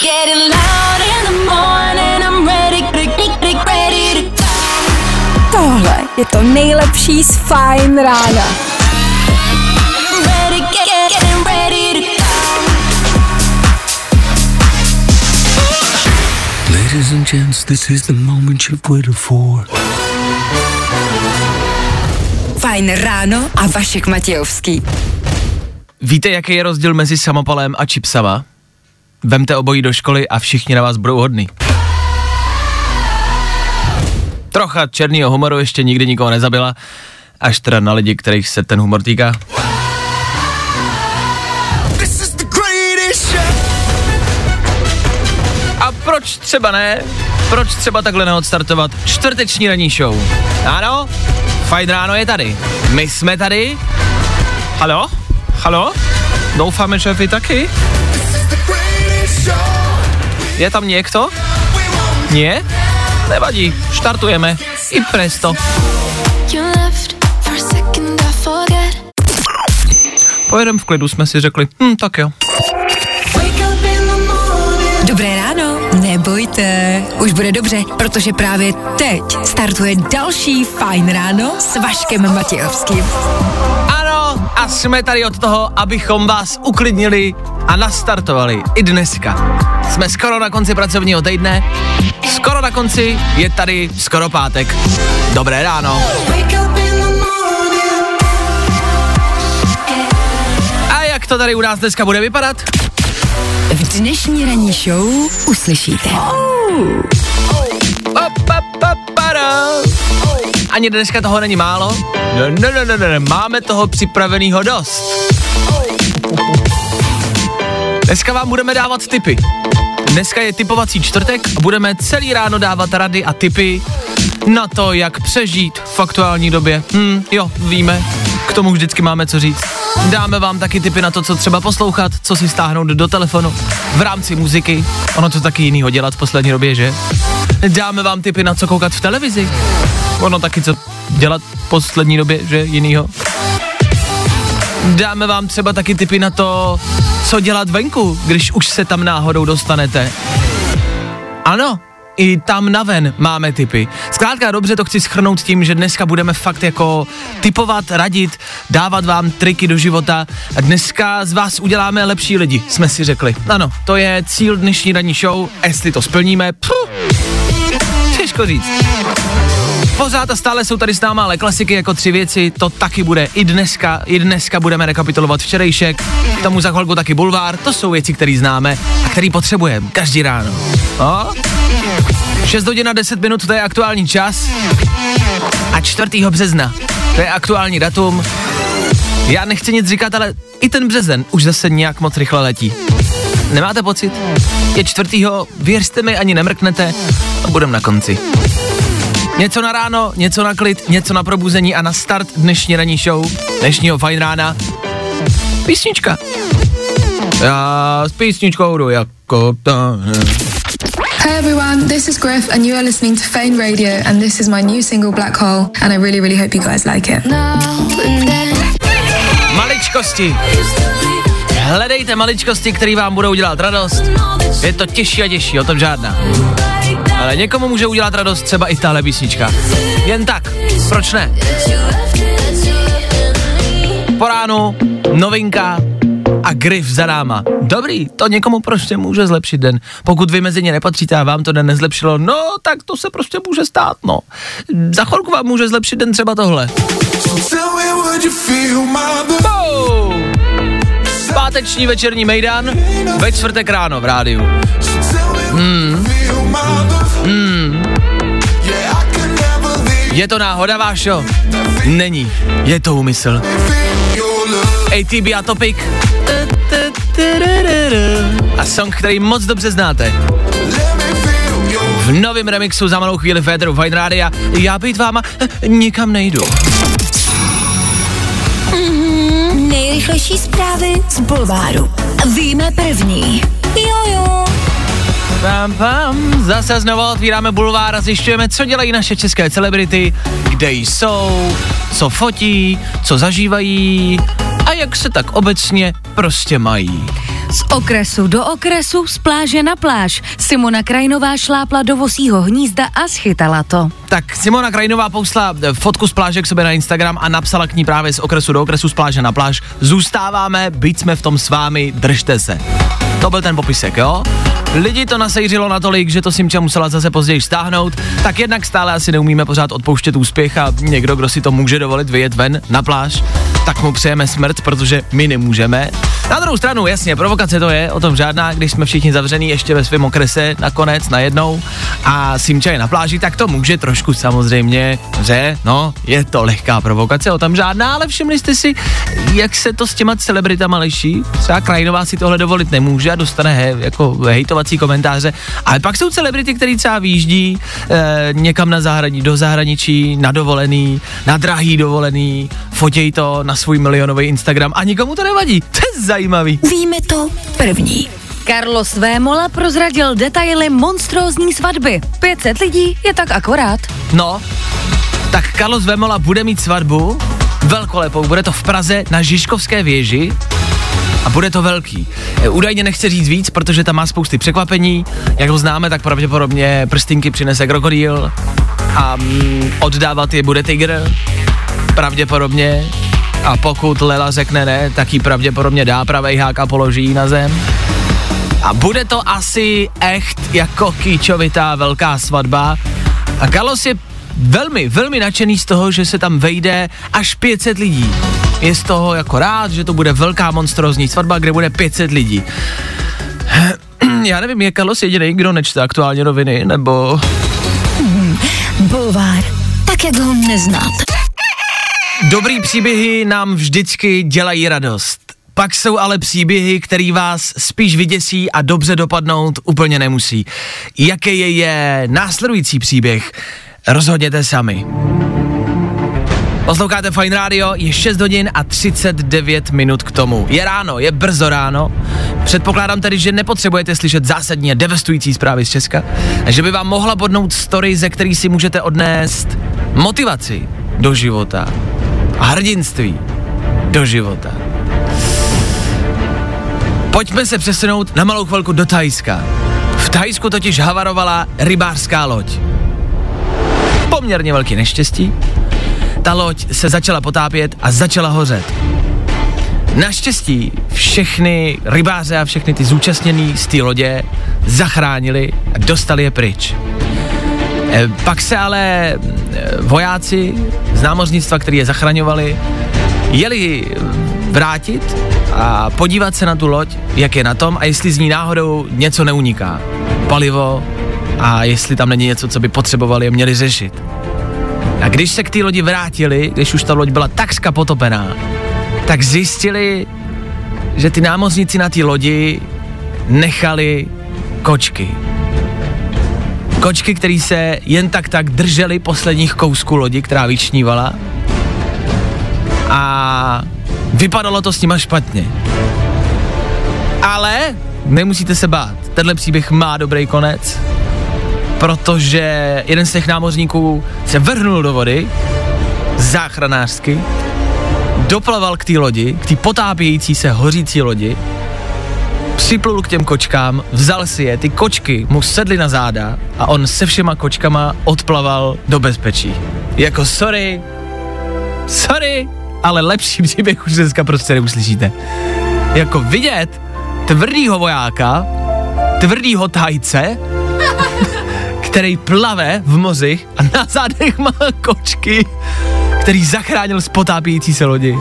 Tohle je to nejlepší z Fajn rána. Ladies and gents, this is the moment you've waited for. Fajn ráno a Vašek Matějovský. Víte, jaký je rozdíl mezi samopalem a čipsama? Vemte obojí do školy a všichni na vás budou hodný. Trocha černýho humoru ještě nikdy nikoho nezabila, až teda na lidi, kterých se ten humor týká. A proč třeba ne? Proč třeba takhle neodstartovat čtvrteční ranní show? Ano, Fajn ráno je tady. My jsme tady. Haló? Haló? Doufáme, že vy taky? Je tam někdo? Nie? Nevadí, štartujeme. I presto. Pojedem v klidu, jsme si řekli. Tak jo. Dobré ráno, nebojte, už bude dobře, protože právě teď startuje další Fajn ráno s Vaškem Matějovským. Ano, a jsme tady od toho, abychom vás uklidnili a nastartovali i dneska. Jsme skoro na konci pracovního týdne, skoro na konci, je tady skoro pátek. Dobré ráno. A jak to tady u nás dneska bude vypadat? V dnešní ranní show uslyšíte. Ani dneska toho není málo. Ne, máme toho připravenýho dost. Dneska vám budeme dávat tipy. Dneska je tipovací čtvrtek a budeme celý ráno dávat rady a tipy na to, jak přežít v aktuální době. Jo, víme, k tomu vždycky máme co říct. Dáme vám taky tipy na to, co třeba poslouchat, co si stáhnout do telefonu v rámci muziky. Ono to taky jinýho dělat v poslední době, že? Dáme vám tipy na co koukat v televizi. Ono taky co dělat v poslední době, že jinýho. Dáme vám třeba taky tipy na to, co dělat venku, když už se tam náhodou dostanete. Ano, i tam naven máme tipy. Zkrátka dobře to chci shrnout tím, že dneska budeme fakt jako tipovat, radit, dávat vám triky do života a dneska z vás uděláme lepší lidi, jsme si řekli. Ano, to je cíl dnešní ranní show, jestli to splníme, těžko říct. Pořád a stále jsou tady s náma ale klasiky jako 3 věci, to taky bude i dneska budeme rekapitulovat včerejšek, k tomu za chvilku taky bulvár, to jsou věci, které známe a které potřebujeme každý ráno. 6 hodin a 10 minut, to je aktuální čas a 4. března, to je aktuální datum. Já nechci nic říkat, ale i ten březen už zase nějak moc rychle letí. Nemáte pocit? Je 4. Věřte mi, ani nemrknete a budem na konci. Něco na ráno, něco na klid, něco na probuzení a na start dnešní ranní show, dnešního Fajn rána. Písnička. Já s písničkou jdu jako ta. Hey everyone, this is Griff and you are listening to Fame Radio and this is my new single Black Hole and I really, really hope you guys like it. Maličkosti. Hledejte maličkosti, které vám budou dělat radost. Je to těžší a těžší, o tom žádná. Ale někomu může udělat radost třeba i tahle písnička. Jen tak, proč ne? Po ránu, novinka a Griff za náma. Dobrý, to někomu prostě může zlepšit den. Pokud vy mezi ně nepatříte a vám to den nezlepšilo, no tak to se prostě může stát, no. Za chvilku vám může zlepšit den třeba tohle. Páteční večerní mejdan ve čtvrtek ráno v rádiu. Je to náhoda, Vášo? Není, je to úmysl. ATB a Topic a song, který moc dobře znáte. V novém remixu za malou chvíli Féteru Fajn rádia. Já být váma nikam nejdu. Nejrychlejší zprávy z bulváru. Víme první. Jojo. Zase znovu otvíráme bulvár a zjišťujeme, co dělají naše české celebrity, kde jsou, co fotí, co zažívají a jak se tak obecně prostě mají. Z okresu do okresu, z pláže na pláž. Simona Krajinová šlápla do vosího hnízda a schytala to. Tak Simona Krajinová poslala fotku z pláže k sobě na Instagram a napsala k ní právě z okresu do okresu, z pláže na pláž. Zůstáváme, byť jsme v tom s vámi, držte se. To byl ten popisek, jo? Lidi to nasejřilo natolik, že to Simča musela zase později stáhnout, tak jednak stále asi neumíme pořád odpouštět úspěch a někdo, kdo si to může dovolit vyjet ven na pláž, tak mu přejeme smrt, protože my nemůžeme. Na druhou stranu, jasně, provokace to je, o tom žádná, když jsme všichni zavření ještě ve svém okrese nakonec, najednou a Simča je na pláži, tak to může trošku samozřejmě, že, no, je to lehká provokace, o tom žádná, ale všimli jste si, jak se to s těma celebritama liší? Třeba Krajinová si tohle dovolit nemůže a dostane jako hejtovací komentáře, ale pak jsou celebrity, který třeba výjíždí někam do zahraničí, na dovolený, na drahý dovolený, fotějí to na svůj milionový Instagram a nikomu to nevadí. To je zajímavý. Víme to první. Carlos Vémola prozradil detaily monstrózní svatby. 500 lidí je tak akorát. No, tak Carlos Vémola bude mít svatbu velkolepou, bude to v Praze na Žižkovské věži a bude to velký. Údajně nechce říct víc, protože tam má spousty překvapení. Jak ho známe, tak pravděpodobně prstinky přinese krokodýl a oddávat je bude tygr. Pravděpodobně. A pokud Lela řekne ne, tak ji pravděpodobně dá pravej hák a položí na zem. A bude to asi echt jako kýčovitá velká svatba. A Carlos je velmi, velmi nadšený z toho, že se tam vejde až 500 lidí. Je z toho jako rád, že to bude velká monstrózní svatba, kde bude 500 lidí. Já nevím, je Carlos jediný, kdo nečte aktuálně noviny, nebo... Bulvár, tak jak ho neznáte. Dobrý příběhy nám vždycky dělají radost. Pak jsou ale příběhy, který vás spíš vyděsí a dobře dopadnout úplně nemusí. Jaký je následující příběh? Rozhodněte sami. Posloucháte Fajn Radio, je 6 hodin a 39 minut k tomu. Je ráno, je brzo ráno. Předpokládám tedy, že nepotřebujete slyšet zásadní a devastující zprávy z Česka, a že by vám mohla bodnout story, ze který si můžete odnést motivaci do života a hrdinství do života. Pojďme se přesunout na malou chvilku do Thajska. V Thajsku totiž havarovala rybářská loď. Poměrně velký neštěstí. Ta loď se začala potápět a začala hořet. Naštěstí všechny rybáře a všechny ty zúčastněný z té lodě zachránili a dostali je pryč. Pak se ale vojáci z námořnictva, který je zachraňovali, jeli vrátit a podívat se na tu loď, jak je na tom a jestli z ní náhodou něco neuniká. Palivo a jestli tam není něco, co by potřebovali a měli řešit. A když se k té lodi vrátili, když už ta loď byla takřka potopená, tak zjistili, že ty námořníci na té lodi nechali kočky. Kočky, které se jen tak držely posledních kousků lodi, která vyčnívala. A vypadalo to s nima špatně. Ale nemusíte se bát, tenhle příběh má dobrý konec, protože jeden z těch námořníků se vrhnul do vody, záchranářsky, doplaval k té lodi, k té potápějící se hořící lodi, připlul k těm kočkám, vzal si je, ty kočky mu sedly na záda a on se všema kočkama odplaval do bezpečí. Jako sorry, ale lepší příběh už dneska prostě neuslyšíte. Jako vidět tvrdýho vojáka, tvrdýho Thajce, který plave v moři a na zádech má kočky, který zachránil z potápějící se lodi.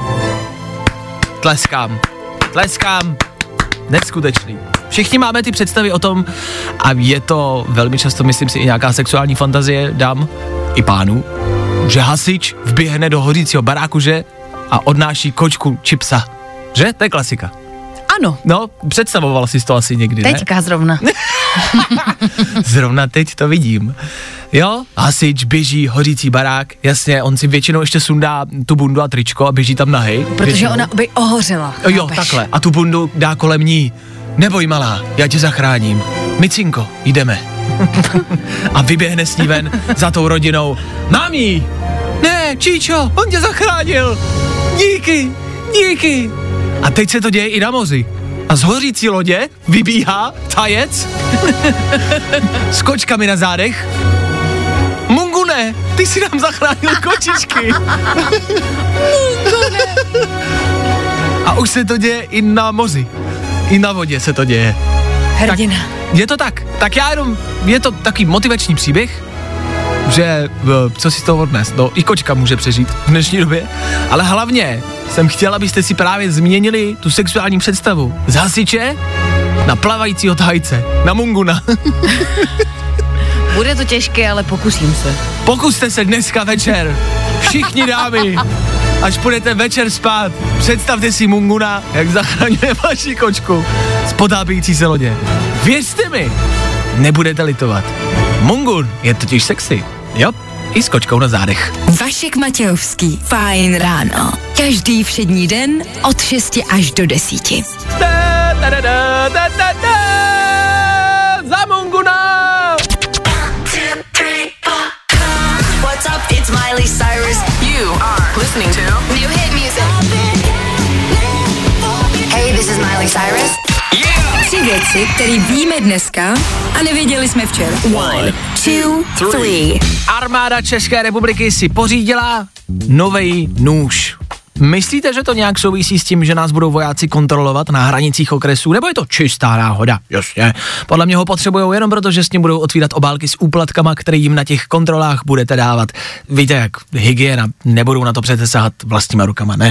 Tleskám, neskutečný. Všichni máme ty představy o tom, a je to velmi často, myslím si, i nějaká sexuální fantazie dam i pánů, že hasič vběhne do hořícího baráku, že? A odnáší kočku či psa. Že? To je klasika. Ano. No, představoval jsi to asi někdy, ne? Teďka zrovna. Zrovna teď to vidím. Jo, hasič běží, hořící barák, jasně, on si většinou ještě sundá tu bundu a tričko a běží tam nahej. Protože většinou ona by ohořela. Jo, takhle. A tu bundu dá kolem ní. Neboj malá, já tě zachráním. Micinko, jdeme. A vyběhne s ní ven za tou rodinou. Mami! Ne, Číčo, on tě zachránil. Díky. A teď se to děje i na moři. a z hořící lodě vybíhá tajec s kočkami na zádech. Mungune, ty si nám zachránil kočičky. Mungune. A už se to děje i na moři. I na vodě se to děje. Hrdina. Tak, je to tak. Tak já jenom, je to takový motivační příběh, že co si z toho odnes? No, i kočka může přežít v dnešní době, ale hlavně jsem chtěl, abyste si právě změnili tu sexuální představu z hasiče na plavajícího tajce, na munguna. Bude to těžké, ale pokusím se. Pokuste se dneska večer, všichni dámy, až půjdete večer spát, představte si munguna, jak zachraňuje vaši kočku z potápějící se lodě. Věřte mi, nebudete litovat. Mungun je totiž sexy, jo? I s kočkou na zádech. Vašek Matějovský, Fajn ráno. Každý všední den od 6 až do 10. Za Munguna! What's up? It's Miley Cyrus. You are listening to new hit music. Hey, this is Miley Cyrus. Yeah! 3 věci, které víme dneska a nevěděli jsme včera. 1, 2, 3. Armáda České republiky si pořídila novej nůž. Myslíte, že to nějak souvisí s tím, že nás budou vojáci kontrolovat na hranicích okresů, nebo je to čistá náhoda? Jasně. Podle mě ho potřebujou jenom proto, že s ním budou otvírat obálky s úplatkama, které jim na těch kontrolách budete dávat. Víte jak, hygiena, nebudou na to přece sahat vlastníma rukama, ne?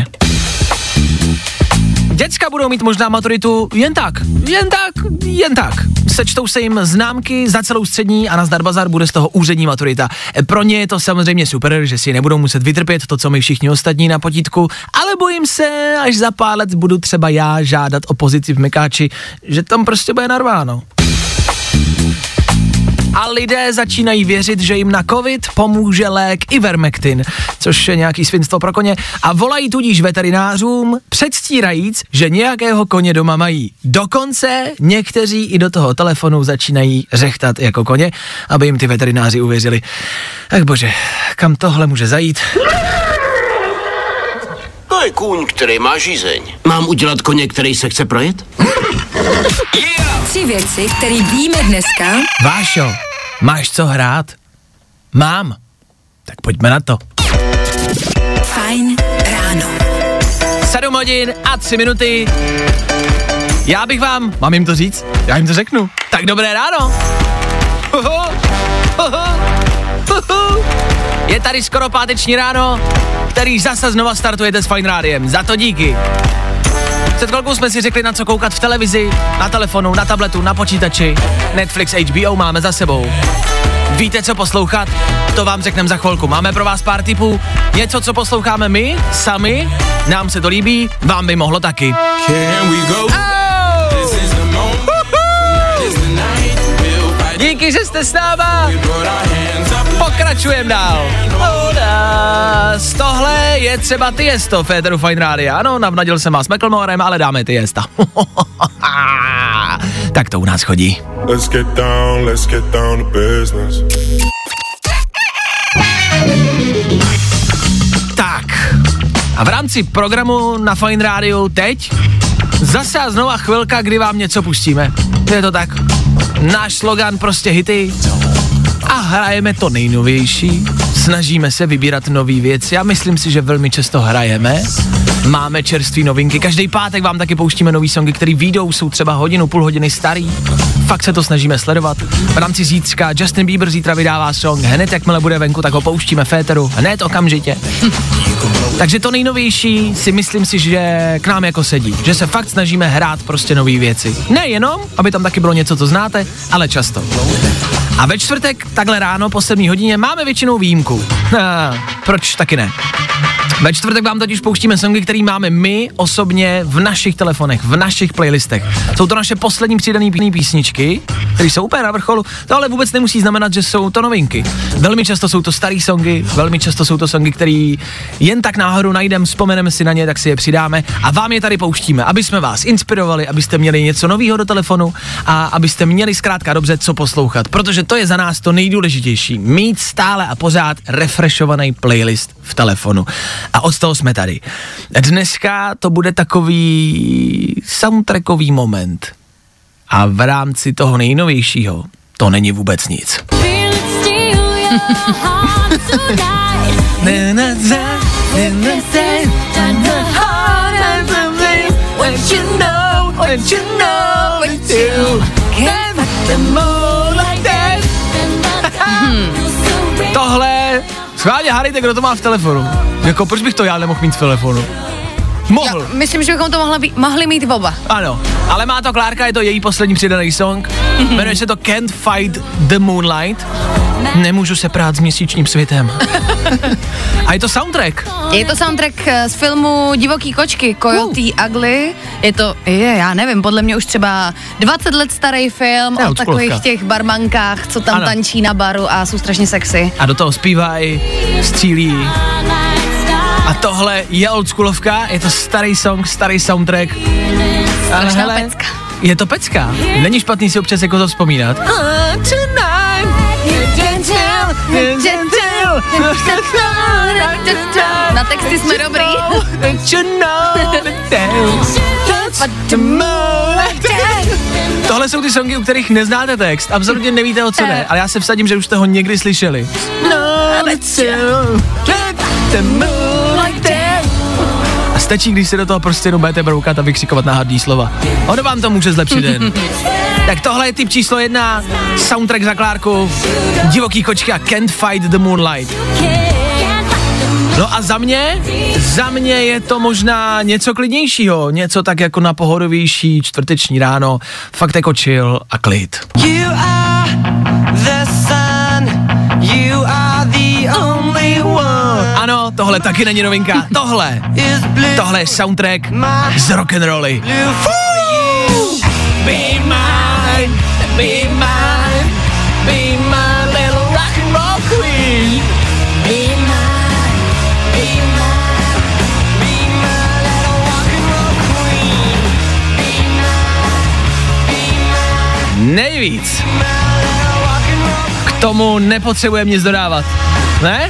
Děcka budou mít možná maturitu jen tak. Sečtou se jim známky za celou střední a nazdar bazar, bude z toho úřední maturita. Pro ně je to samozřejmě super, že si nebudou muset vytrpět to, co my všichni ostatní na potítku, ale bojím se, až za pár let budu třeba já žádat o pozici v Mekáči, že tam prostě bude narváno. A lidé začínají věřit, že jim na covid pomůže lék Ivermectin, což je nějaký svinstvo pro koně, a volají tudíž veterinářům, předstírajíc, že nějakého koně doma mají. Dokonce někteří i do toho telefonu začínají řechtat jako koně, aby jim ty veterináři uvěřili. Ach bože, kam tohle může zajít? To je kůň, který má žízeň. Mám udělat koně, který se chce projet? 3 věci, které víme dneska. Vášo, máš co hrát? Mám. Tak pojďme na to. Fajn ráno. 7 hodin a 3 minuty. Já bych vám, mám jim to říct? Já jim to řeknu. Tak dobré ráno. Je tady skoro páteční ráno, který zase znova startujete s Fajn rádiem. Za to díky. Před chvilkou jsme si řekli, na co koukat v televizi, na telefonu, na tabletu, na počítači. Netflix, HBO máme za sebou. Víte, co poslouchat? To vám řekneme za chvilku. Máme pro vás pár tipů. Něco, co posloucháme my, sami. Nám se to líbí, vám by mohlo taky. Díky, že jste s náma. Pokračujeme dál. Tohle je třeba Tiesto v éteru Fajn rádia. Ano, navnadil jsem vás Macklemorem, ale dáme Tiesta. Tak to u nás chodí. Let's get down to business. Tak. A v rámci programu na Fajn rádiu teď zase a znova chvilka, kdy vám něco pustíme. Je to tak. Náš slogan prostě hity. A hrajeme to nejnovější, snažíme se vybírat nový věci a myslím si, že velmi často hrajeme. Máme čerství novinky, každý pátek vám taky pouštíme nový songy, který vyjdou, jsou třeba hodinu, půl hodiny starý. Fakt se to snažíme sledovat. V rámci zítřka Justin Bieber zítra vydává song, hned jakmile bude venku, tak ho pouštíme v éteru, hned okamžitě. Takže to nejnovější si myslím si, že k nám jako sedí, že se fakt snažíme hrát prostě nový věci. Nejenom, aby tam taky bylo něco, co znáte, ale často. A ve čtvrtek, takhle ráno po 7 hodině, máme většinou výjimku. Proč taky ne? Ve čtvrtek vám totiž pouštíme songy, který máme my osobně v našich telefonech, v našich playlistech. Jsou to naše poslední přidané písničky, které jsou úplně na vrcholu, to ale vůbec nemusí znamenat, že jsou to novinky. Velmi často jsou to starý songy, velmi často jsou to songy, které jen tak náhodou najdeme, vzpomeneme si na ně, tak si je přidáme a vám je tady pouštíme, aby jsme vás inspirovali, abyste měli něco nového do telefonu a abyste měli zkrátka dobře co poslouchat, protože to je za nás to nejdůležitější. Mít stále a pořád refreshovaný playlist v telefonu. A od toho jsme tady. Dneska to bude takový soundtrackový moment. A v rámci toho nejnovějšího to není vůbec nic. Tohle, schválně hádejte, kdo to má v telefonu. Jako, proč bych to já nemohl mít v telefonu? Mohl. Já myslím, že bychom to mohli mít oba. Ano, ale má to Klárka, je to její poslední přidaný song. Jmenuje se to Can't Fight the Moonlight. Nemůžu se prát s měsíčním světem. A je to soundtrack. Je to soundtrack z filmu Divoký kočky, Coyote Ugly. Je to, já nevím, podle mě už třeba 20 let starý film o takových těch barmankách, co tam tančí na baru a jsou strašně sexy. A do toho zpívají, střílí. A tohle je oldschoolovka, je to starý song, starý soundtrack. Ale hele, pecka. Je to pecka. Není špatný si občas jako to vzpomínat. Na texty jsme dobrý. Tohle jsou ty songy, u kterých neznáte text, absolutně nevíte, o co jde, ale já se vsadím, že už jste ho někdy slyšeli. A stačí, když se do toho prostě jenom budete broukat a vykřikovat náhodný slova. Ono vám to může zlepšit den. Tak tohle je tip číslo 1, soundtrack za Klárku, Divoký kočky a Can't Fight the Moonlight. No a za mě je to možná něco klidnějšího, něco tak jako na pohodovější čtvrteční ráno, fakt jako chill a klid. You are the sun, you are the only one. Ano, tohle taky není novinka, tohle je soundtrack z rock'n'rolly. Be mine, be mine, be my little rock'n'roll queen. Nejvíc. K tomu nepotřebujeme nic dodávat. Ne?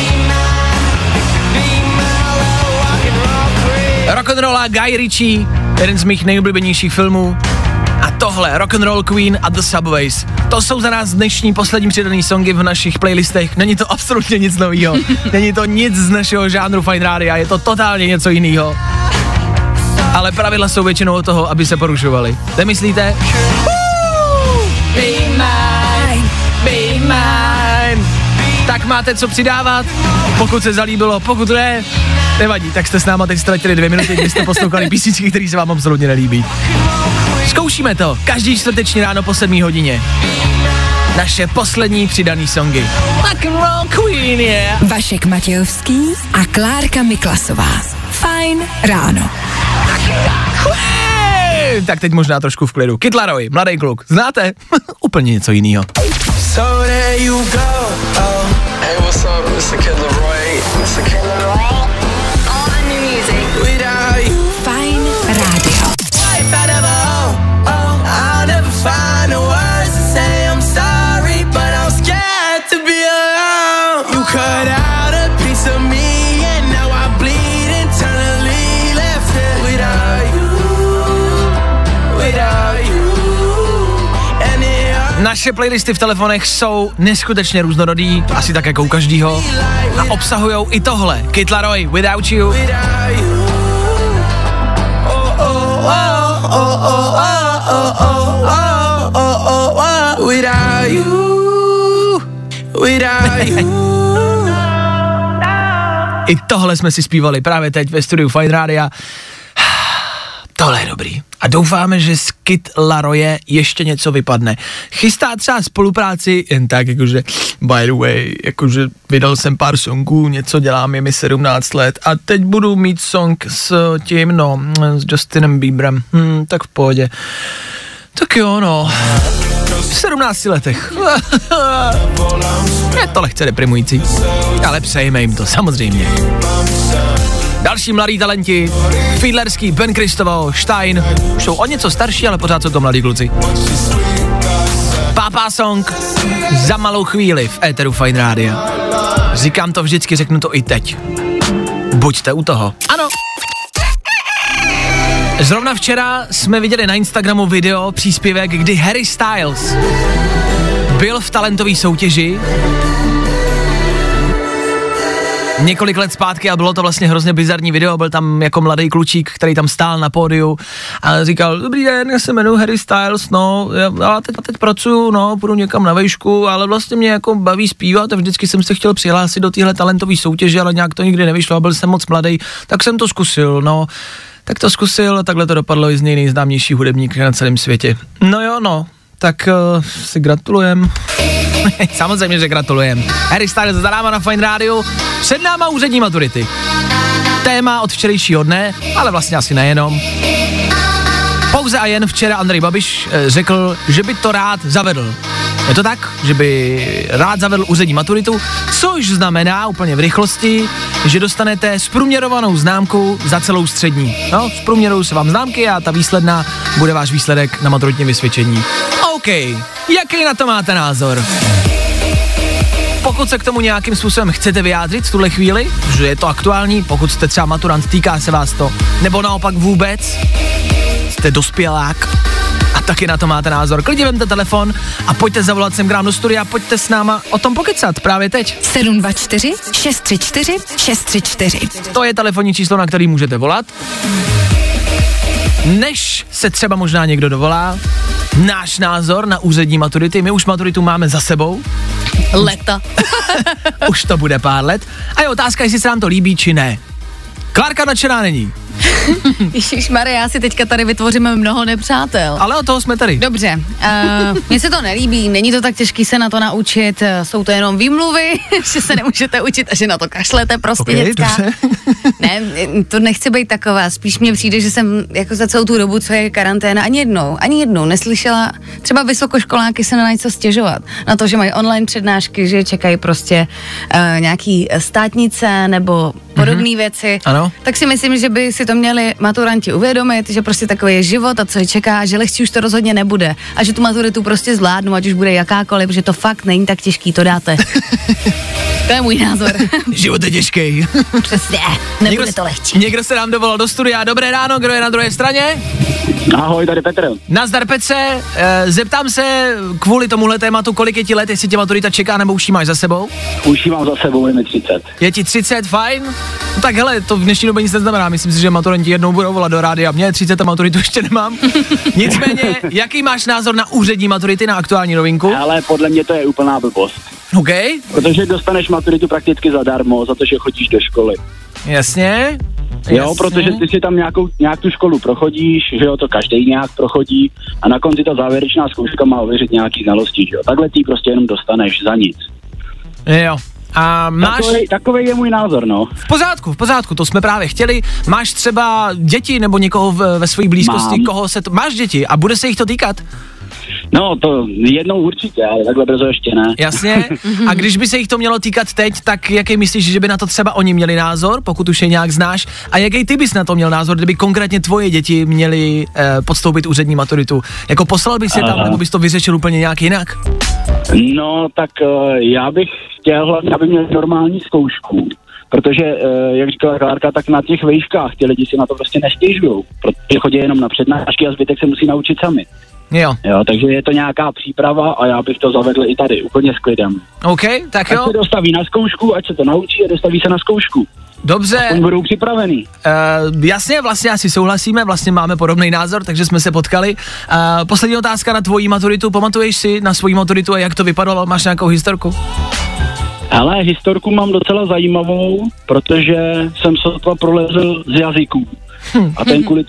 Rock'n'rolla Guy Ritchie, jeden z mých nejoblíbenějších filmů. A tohle, Rock'n'Roll Queen a The Subways. To jsou za nás dnešní poslední přidaný songy v našich playlistech. Není to absolutně nic novýho. Není to nic z našeho žánru Fine Rádia, je to totálně něco jiného. Ale pravidla jsou většinou od toho, aby se porušovaly. Nemyslíte? Be mine, be mine. Tak máte co přidávat, pokud se zalíbilo, pokud ne, nevadí, tak jste s náma teď ztratili 2 minuty, kdy jste poslouchali písničky, které se vám absolutně nelíbí. Zkoušíme to každý čtvrteční ráno po 7 hodině. Naše poslední přidaný songy. Rock'n'roll Queen, yeah. Vašek Matějovský a Klárka Miklasová. Fajn ráno. Tak teď možná trošku v klidu. Kid Laroi, mladý kluk, znáte? Úplně něco jinýho. So there you go. Oh. Hey, what's up? Mr. Kid Laroi. Mr. Kid Laroi. All the new music. Without you. Fajn rádio. If I never I'll never find the words to say I'm sorry, but I'm scared to be alone. You cut out a piece of me and now I bleed internally, left it without you. Naše playlisty v telefonech jsou neskutečně různorodý, asi tak jako u každýho, a obsahujou i tohle. Kid Laroi, Without You. I tohle jsme si zpívali právě teď ve studiu Fine Rádia. Tohle je dobrý. A doufáme, že z Kid Laroie ještě něco vypadne. Chystá třeba spolupráci, jen tak, jakože, by the way, jakože vydal jsem pár songů, něco dělám, je mi 17 let a teď budu mít song s tím, s Justinem Bieberem. Tak v pohodě. Tak jo, v 17 letech. Je to lehce deprimující, ale přejme jim to, samozřejmě. Další mladí talenti, Fiedlerský, Ben Kristoval, Stein, už jsou o něco starší, ale pořád jsou to mladí kluci. Papa Song za malou chvíli v éteru Fajn Rádia. Říkám to vždycky, řeknu to i teď. Buďte u toho. Ano. Zrovna včera jsme viděli na Instagramu video, příspěvek, kdy Harry Styles byl v talentové soutěži několik let zpátky a bylo to vlastně hrozně bizarní video, byl tam jako mladý klučík, který tam stál na pódiu a říkal, dobrý den, já se jmenuji Harry Styles, no, já teď pracuju, no, půjdu někam na vejšku, ale vlastně mě jako baví zpívat a vždycky jsem se chtěl přihlásit do téhle talentové soutěže, ale nějak to nikdy nevyšlo a byl jsem moc mladý, tak jsem to zkusil, no. Tak to zkusil a takhle to dopadlo i z něj nejznámější hudebník na celém světě. No jo, no, tak si gratulujem. Samozřejmě, že gratulujem. Harry Styles za náma na Fajn Rádiu, před náma úřední maturity. Téma od včerejšího dne, ale vlastně asi nejenom. Pouze a jen včera Andrej Babiš řekl, že by to rád zavedl. Je to tak, že by rád zavedl úřední maturitu, což znamená úplně v rychlosti, že dostanete zprůměrovanou známku za celou střední. No, zprůměrují se vám známky a ta výsledná bude váš výsledek na maturitním vysvědčení. OK, jaký na to máte názor? Pokud se k tomu nějakým způsobem chcete vyjádřit v tuhle chvíli, že je to aktuální, pokud jste třeba maturant, týká se vás to, nebo naopak vůbec, jste dospělák a taky na to máte názor. Klidně vemte telefon a pojďte zavolat sem k nám do studia a pojďte s náma o tom pokecat právě teď. 724 634 634. To je telefonní číslo, na který můžete volat. Než se třeba možná někdo dovolá, náš názor na úřední maturity, my už maturitu máme za sebou. Leta. Už to bude pár let. A je otázka, jestli se nám to líbí, či ne. Klárka nadšená není. Ježišmarja, já si teďka tady vytvoříme mnoho nepřátel. Ale od toho jsme tady. Dobře, mně se to nelíbí, není to tak těžký se na to naučit, jsou to jenom výmluvy, že se nemůžete učit a že na to kašlete prostě děcka. Ne, to nechci být taková, spíš mně přijde, že jsem jako za celou tu dobu, co je karanténa, ani jednou neslyšela třeba vysokoškoláky se na něco stěžovat. Na to, že mají online přednášky, že čekají prostě nějaký státnice nebo podobné věci. Ano. Tak si myslím, že by si to měli maturanti uvědomit, že prostě takový je život a co je čeká, že lehčí už to rozhodně nebude a že tu maturitu prostě zvládnu, ať už bude jakákoliv, že to fakt není tak těžký, to dáte. To je můj názor. Život je těžký. Přesně, nebude to lehčí. Někdo se nám dovolal do studia. Dobré ráno, kdo je na druhé straně? Ahoj, tady Petr. Nazdar Petře, zeptám se kvůli tomuhle tématu, kolik je ti let, jestli tě maturita čeká, nebo už ji máš za sebou? Už ji mám za sebou, je mi 30. Je ti 30, fajn? No tak hele, to v dnešní době nic neznamená, myslím si, že maturanti jednou budou volat do rádia, mě je 30 a maturitu ještě nemám. Nicméně, jaký máš názor na úřední maturity, na aktuální novinku? Ale podle mě to je úplná blbost. OK. Protože dostaneš maturitu prakticky zadarmo, za to, že chodíš do školy. Jasně. Jo, protože ty si tam nějak tu školu prochodíš, že jo, to každý nějak prochodí a na konci ta závěrečná zkouška má ověřit nějaký znalosti, že jo. Takhle ty prostě jenom dostaneš za nic. Jo. A máš... Takovej je můj názor, no. V pořádku, to jsme právě chtěli. Máš třeba děti nebo někoho ve své blízkosti, koho se to... Máš děti a bude se jich to týkat? No, to jednou určitě, ale takhle brzo ještě ne. Jasně. A když by se jich to mělo týkat teď, tak jaký myslíš, že by na to třeba oni měli názor, pokud už je nějak znáš? A jaký ty bys na to měl názor, kdyby konkrétně tvoje děti měly podstoupit úřední maturitu? Jako poslal bys je tam, nebo bys to vyřešil úplně nějak jinak? No, tak já bych chtěl hlavně, aby měl normální zkoušku. Protože, jak říkala Klárka, tak na těch vejškách ty lidi si na to prostě nestěžujou, protože chodí jenom na přednášky a zbytek se musí naučit sami. Jo, takže je to nějaká příprava a já bych to zavedl i tady, úplně s klidem. OK, tak jo. Ať se dostaví na zkoušku, ať se to naučí a dostaví se na zkoušku. Dobře. Aspoň budou připravený. Jasně, vlastně asi souhlasíme, vlastně máme podobný názor, takže jsme se potkali. Poslední otázka na tvoji maturitu, pamatuješ si na svoji maturitu a jak to vypadalo, máš nějakou historku? Ale historku mám docela zajímavou, protože jsem sotva prolezl z jazyků. A ten kvůli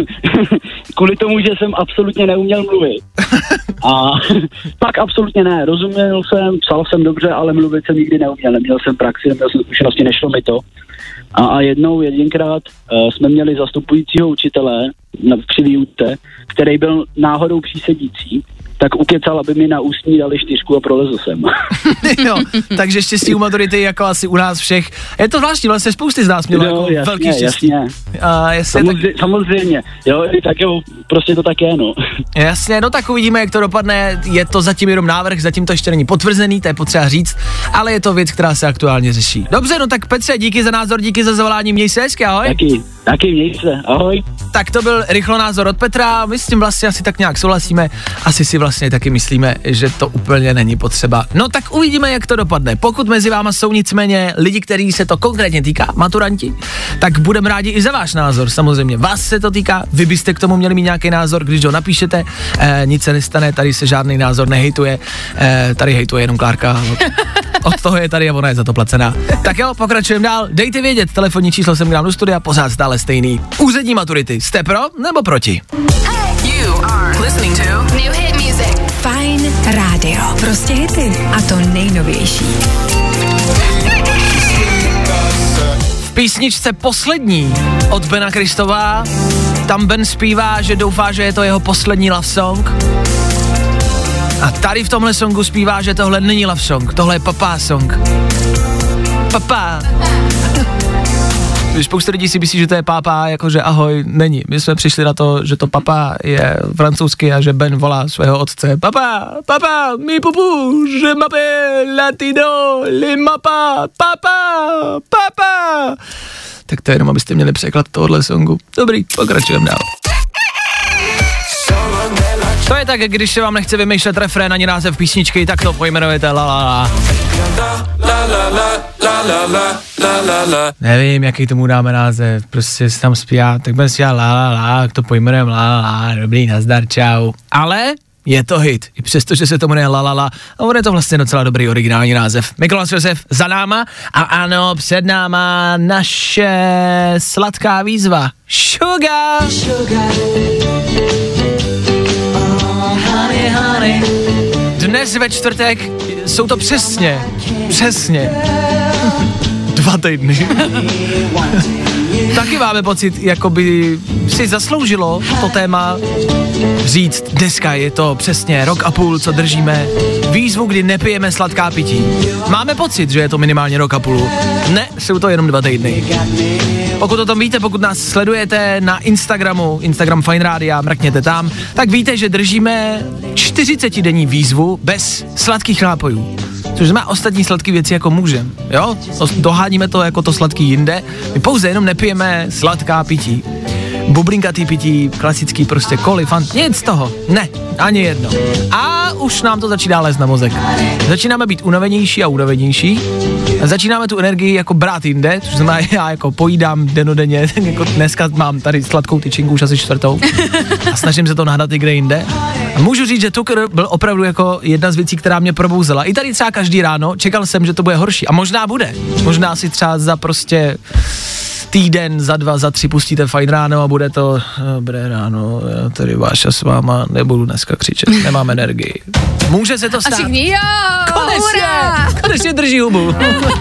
tomu, že jsem absolutně neuměl mluvit. A tak absolutně ne, rozuměl jsem, psal jsem dobře, ale mluvit jsem nikdy neuměl. Neměl jsem praxi, neměl jsem zkušenosti, nešlo mi to. A jedinkrát jsme měli zastupujícího učitele při výuce, který byl náhodou přísedící, tak ukecal, aby mi na ústní dali 4 a prolezl jsem. Jo, takže štěstí u maturity jako asi u nás všech. Je to zvláštní, vlastně spousty z nás mělo jako jasně, velký štěstí. Samozřejmě, jo, tak jo, prostě to tak je, no. Jasně, no tak uvidíme, jak to dopadne, je to zatím jenom návrh, zatím to ještě není potvrzený, to je potřeba říct, ale je to věc, která se aktuálně řeší. Dobře, no tak Petře, díky za názor, díky za zavolání, měj se hezky, ahoj. Taky měj se, ahoj. Tak to byl rychlo názor od Petra, my s tím vlastně asi tak nějak souhlasíme, asi si vlastně taky myslíme, že to úplně není potřeba. No tak uvidíme, jak to dopadne. Pokud mezi váma jsou nicméně lidi, který se to konkrétně týká, maturanti, tak budeme rádi i za váš názor. Samozřejmě vás se to týká, vy byste k tomu měli mít nějaký názor, když ho napíšete, nic se nestane, tady se žádný názor nehejtuje, tady hejtuje jenom Klárka. Od toho je tady a ona je za to placená. Tak jo, pokračujeme dál. Dejte vědět, telefonní číslo jsem dám do studia, pořád stále stejný. Úřední maturity, jste pro nebo proti? You are listening to New Hit Music. Fajn rádio. Prostě hity. A to nejnovější. V písničce Poslední od Bena Kristova tam Ben zpívá, že doufá, že je to jeho poslední love song. A tady v tomhle songu zpívá, že tohle není love song, tohle je papá song. Papá. Když spousta lidí si myslí, že to je pápa, jakože ahoj, není. My jsme přišli na to, že to papá je francouzsky a že Ben volá svého otce. Papa, mi pupu, je m'appelle latino, le mapa, papa. Tak to je jenom, abyste měli překlad tohohle songu. Dobrý, pokračujeme dál. To je tak, když se vám nechce vymýšlet refrén ani název písničky, tak to pojmenujete la la la. Nevím, jaký tomu dáme název, prostě si tam zpívá, tak budeme zpívat la la la, jak to pojmenujeme la la la, dobrý, nazdar, čau. Ale je to hit, i přesto, že se to jmenuje la la la, a on je to vlastně docela dobrý originální název. Mikolas Josef za náma a ano, před náma naše sladká výzva. Sugar. Dnes ve čtvrtek jsou to přesně 2 týdny. Taky máme pocit, jako by si zasloužilo to téma říct, dneska je to přesně rok a půl, co držíme výzvu, kdy nepijeme sladká pití. Máme pocit, že je to minimálně rok a půl. Ne, jsou to jenom 2 týdny. Pokud o tom víte, pokud nás sledujete na Instagram Fajn Rádia, mrkněte tam, tak víte, že držíme 40denní výzvu bez sladkých nápojů. Což znamená ostatní sladké věci jako můžem, jo? Doháníme to jako to sladký jinde, my pouze jenom nepijeme sladká pití. Bublinkatý pití, klasický prostě koly, fant, nic z toho, ne, ani jedno. A už nám to začíná lézt na mozek. Začínáme být unavenější a unavenější. Začínáme tu energii jako brát jinde, což znamená, já jako pojídám denodenně, jako dneska mám tady sladkou tyčinku už asi 4. a snažím se to nahnat i kde jinde. A můžu říct, že cukr byl opravdu jako jedna z věcí, která mě probouzela. I tady třeba každý ráno čekal jsem, že to bude horší a možná bude. Možná si třeba za prostě týden, za 2, za 3 pustíte Fajn ráno a bude to dobré ráno, já tady Váša s váma, nebudu dneska křičet, nemám energii. Může se to stát. A všichni, jo, konečně drží hubu.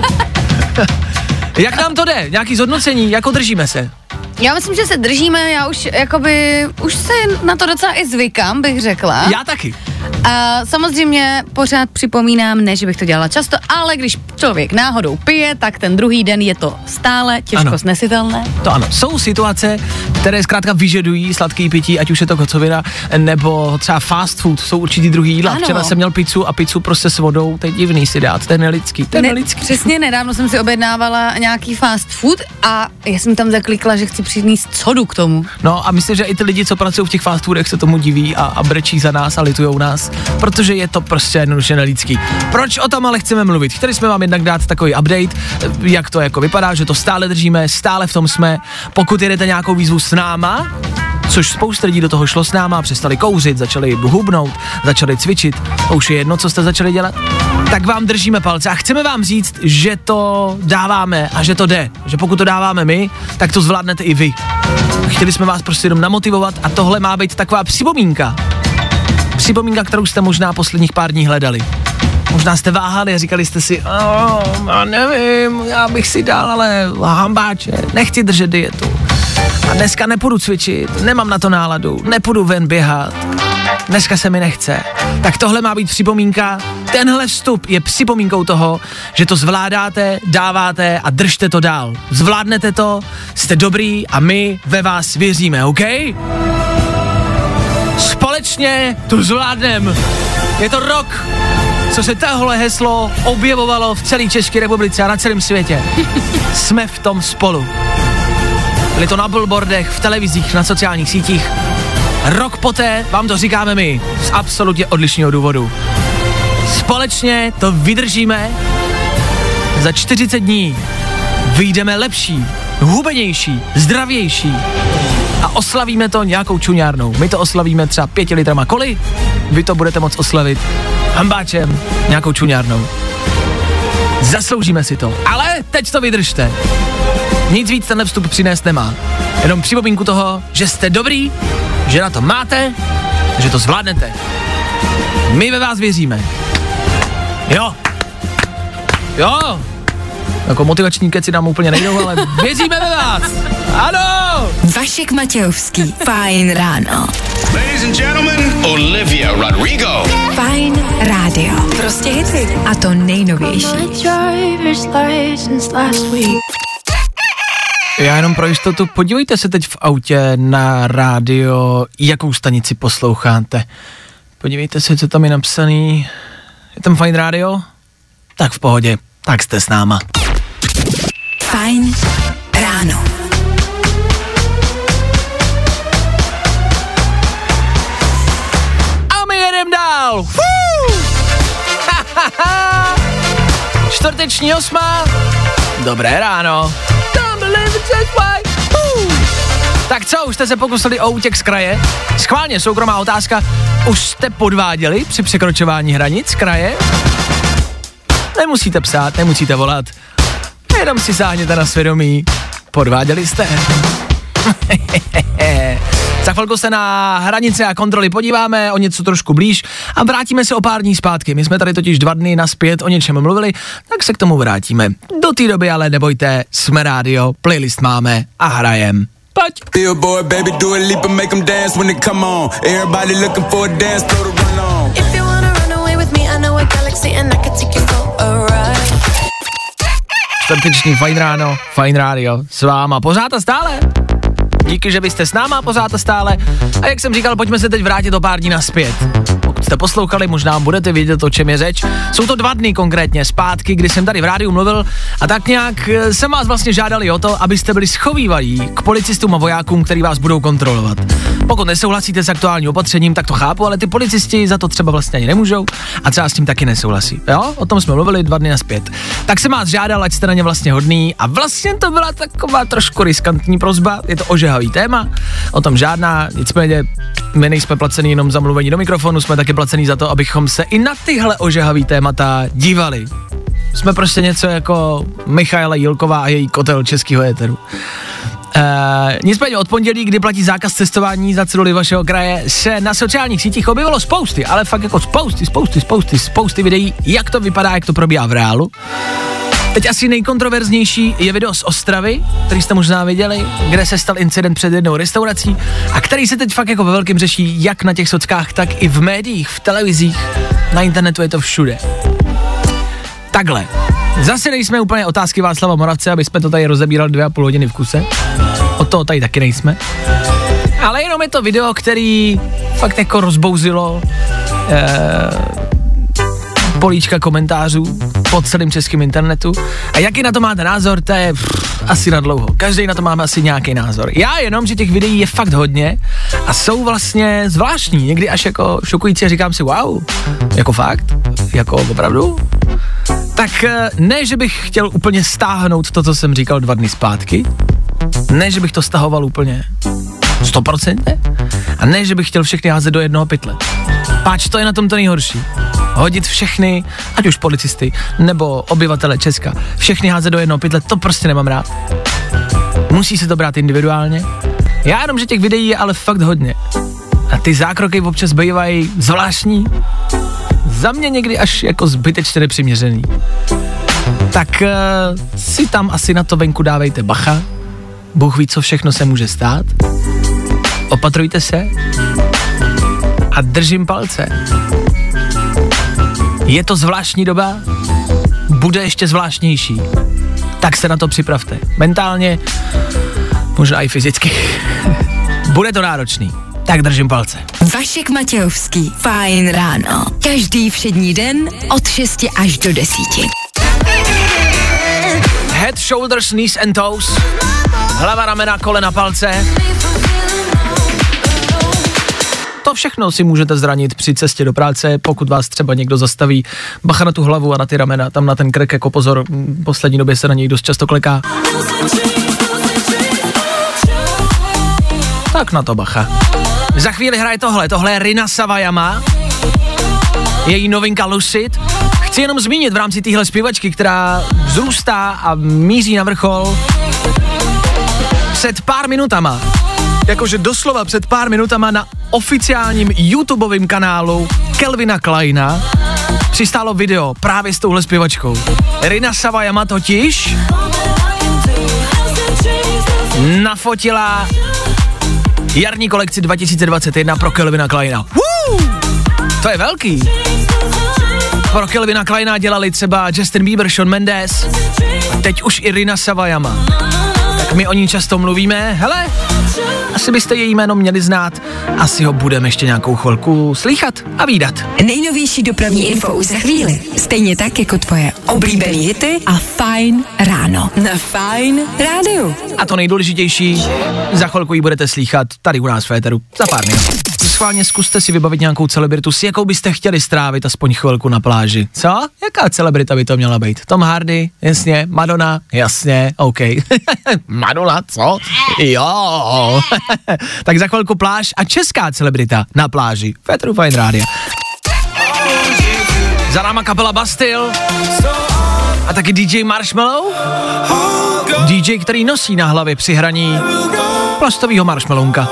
Jak nám to jde? Nějaký zhodnocení? Jako držíme se? Já myslím, že se držíme, já už se na to docela i zvykám, bych řekla. Já taky. A samozřejmě pořád připomínám, ne, že bych to dělala často, ale když člověk náhodou pije, tak ten druhý den je to stále těžko snesitelné. To ano, jsou situace, které zkrátka vyžadují sladký pití, ať už je to kocovina, nebo třeba fast food, jsou určitý druhý jídla. Včera jsem měl pizzu a pizzu prostě s vodou, to je divný si dát, to je nelidský, Přesně, nedávno jsem si objednávala nějaký fast food a já jsem tam zaklikla, že chci přinést sodu k tomu. No a myslím, že i ty lidi, co pracují v těch fast foodech, se tomu diví a brečí za nás a litujou nás, protože je to prostě jednoduše nelidský. Proč o tom ale chceme mluvit? Chtěli jsme vám jednak dát takový update, jak to jako vypadá, že to stále držíme, stále v tom jsme. Pokud jedete nějakou výzvu s náma, což spousta lidí do toho šlo s náma, přestali kouřit, začali hubnout, začali cvičit, to už je jedno, co jste začali dělat, tak vám držíme palce a chceme vám říct, že to dáváme a že to jde, že pokud to dáváme my, tak to zvládnete i vy. Chtěli jsme vás prostě jenom namotivovat a tohle má být taková připomínka, kterou jste možná posledních pár dní hledali. Možná jste váhali a říkali jste si, já nevím, já bych si dal, ale hambáče, nechci držet dietu. A dneska nepůjdu cvičit, nemám na to náladu, nepůjdu ven běhat. dneska se mi nechce. Tak tohle má být připomínka, tenhle vstup je připomínkou toho, že to zvládáte, dáváte a držte to dál. Zvládnete to, jste dobrý a my ve vás věříme, OK? Společně to zvládnem. Je to rok, co se tohle heslo objevovalo v celé České republice a na celém světě. Jsme v tom spolu. Byli to na billboardech, v televizích, na sociálních sítích. Rok poté vám to říkáme my z absolutně odlišného důvodu. Společně to vydržíme. Za 40 dní vyjdeme lepší, hubenější, zdravější a oslavíme to nějakou čuňárnou. My to oslavíme třeba 5 litrama koli, vy to budete moct oslavit hambáčem, nějakou čuňárnou. Zasloužíme si to, ale teď to vydržte. Nic víc tenhle vstup přinést nemá. Jenom připomínku toho, že jste dobrý, že na to máte, že to zvládnete. My ve vás věříme. Jo. Jo. Jako motivační keci nám úplně nejdou, ale věříme ve vás. Ano. Vašek Matějovský. Fajn ráno. Ladies and gentlemen, Olivia Rodrigo. Fajn rádio. Prostě hity. A to nejnovější. Já jenom pro jistotu, podívejte se teď v autě na rádio, jakou stanici posloucháte. Podívejte se, co tam je napsaný. Je tam Fajn rádio? Tak v pohodě, tak jste s náma. Fajn ráno. A my jedem dál. Čtvrteční 8. Dobré ráno. Tak co, už jste se pokusili o útěk z kraje? Schválně, soukromá otázka. Už jste podváděli při překročování hranic z kraje? Nemusíte psát, nemusíte volat. Jenom si sáhněte na svědomí. Podváděli jste? Za chvilku se na hranice a kontroly podíváme o něco trošku blíž a vrátíme se o pár dní zpátky. My jsme tady totiž 2 dny nazpět o něčem mluvili, tak se k tomu vrátíme. Do té doby ale nebojte, jsme rádio, playlist máme a hrajem. Pojď. Billboard, baby, do a leap and make them dance when they come on. Everybody looking for a dance, throw the run on. If you wanna run away with me, I know a galaxy and I can take you for a ride. Čtvrteční Fajn ráno, Fajn rádio, s váma pořád a stále. Díky, že byste s náma pořád a stále. A jak jsem říkal, pojďme se teď vrátit o pár dní nazpět. Pokud jste poslouchali, možná budete vědět, o čem je řeč. Jsou to 2 dny konkrétně zpátky, kdy jsem tady v rádiu mluvil a tak nějak jsem vás vlastně žádali o to, abyste byli schovývají k policistům a vojákům, který vás budou kontrolovat. Pokud nesouhlasíte s aktuálním opatřením, tak to chápu, ale ty policisti za to třeba vlastně ani nemůžou a třeba s tím taky nesouhlasí. Jo? O tom jsme mluvili 2 dny nazpět. Tak jsem vás žádal, ať jste na ně vlastně hodný a vlastně to byla taková trošku riskantní prosba, je to ožehavý téma, o tom žádná, nicméně my nejsme placení jenom za mluvení do mikrofonu, jsme taky placení za to, abychom se i na tyhle ožehavý témata dívali. Jsme prostě něco jako Michaela Jílková a její kotel českého éteru. Nicméně od pondělí, kdy platí zákaz cestování za ceduly vašeho kraje, se na sociálních sítích objevilo spousty, ale fakt jako spousty videí, jak to vypadá, jak to probíhá v reálu. Teď asi nejkontroverznější je video z Ostravy, který jste možná viděli, kde se stal incident před jednou restaurací a který se teď fakt jako ve velkém řeší jak na těch sockách, tak i v médiích, v televizích, na internetu je to všude. Takhle. Zase nejsme úplně otázky Václava Moravce, aby jsme to tady rozebírali 2,5 hodiny v kuse. Od toho tady taky nejsme. Ale jenom je to video, který fakt jako rozbouzilo políčka komentářů po celém českém internetu. A jaký na to máte názor, to je asi na dlouho. Každý na to máme asi nějaký názor. Já jenom, že těch videí je fakt hodně a jsou vlastně zvláštní, někdy až jako šokující a říkám si wow, jako fakt, jako opravdu. Tak ne, že bych chtěl úplně stáhnout to, co jsem říkal 2 dny zpátky, ne, že bych to stahoval úplně 100%, a ne, že bych chtěl všechny házet do jednoho pytle. Páč, to je na tom to nejhorší. Hodit všechny, ať už policisty, nebo obyvatele Česka, všechny házet do jednoho pytle, to prostě nemám rád. Musí se to brát individuálně. Já jenom, že těch videí je ale fakt hodně. A ty zákroky občas bývají zvláštní. Za mě někdy až jako zbytečně nepřiměřený. Tak si tam asi na to venku dávejte bacha. Bůh ví, co všechno se může stát. Opatrujte se. A držím palce. Je to zvláštní doba, bude ještě zvláštnější. Tak se na to připravte. Mentálně, možná i fyzicky. Bude to náročný. Tak držím palce. Vašek Matějovský. Fajn ráno. Každý všední den od 6 až do 10. Head, shoulders, knees and toes. Hlava, ramena, kolena, palce. To všechno si můžete zranit při cestě do práce, pokud vás třeba někdo zastaví. Bacha na tu hlavu a na ty ramena, tam na ten krk, jako pozor, v poslední době se na něj dost často kleká. Tak na to bacha. Za chvíli hraje tohle je Rina Sawayama, její novinka Lucid. Chci jenom zmínit v rámci téhle zpěvačky, která vzrůstá a míří na vrchol, před pár minutama, jakože doslova před pár minutama na oficiálním YouTubeovém kanálu Calvina Kleina přistálo video právě s touhle zpěvačkou. Rina Sawayama totiž nafotila jarní kolekci 2021 pro Calvina Kleina. To je velký. Pro Calvina Kleina dělali třeba Justin Bieber, Shawn Mendes a teď už i Rina Sawayama. Tak my o ní často mluvíme, hele, asi byste její jméno měli znát, asi ho budeme ještě nějakou chvilku slýchat a vídat. Nejnovější dopravní info už za chvíli, stejně tak jako tvoje oblíbený hity a Fajn ráno na Fajn rádiu. A to nejdůležitější, za chvilku ji budete slýchat tady u nás v éteru, za pár minut. Schválně zkuste si vybavit nějakou celebritu, s jakou byste chtěli strávit aspoň chvilku na pláži. Co? Jaká celebrita by to měla být? Tom Hardy? Jasně. Madonna? Jasně, OK. Madonna, co? Jo. Tak za chvilku pláž a česká celebrita na pláži. Féteru Fajn rádia. Za náma kapela Bastille a taky DJ Marshmello. DJ, který nosí na hlavě při hraní plastovýho marshmallowka.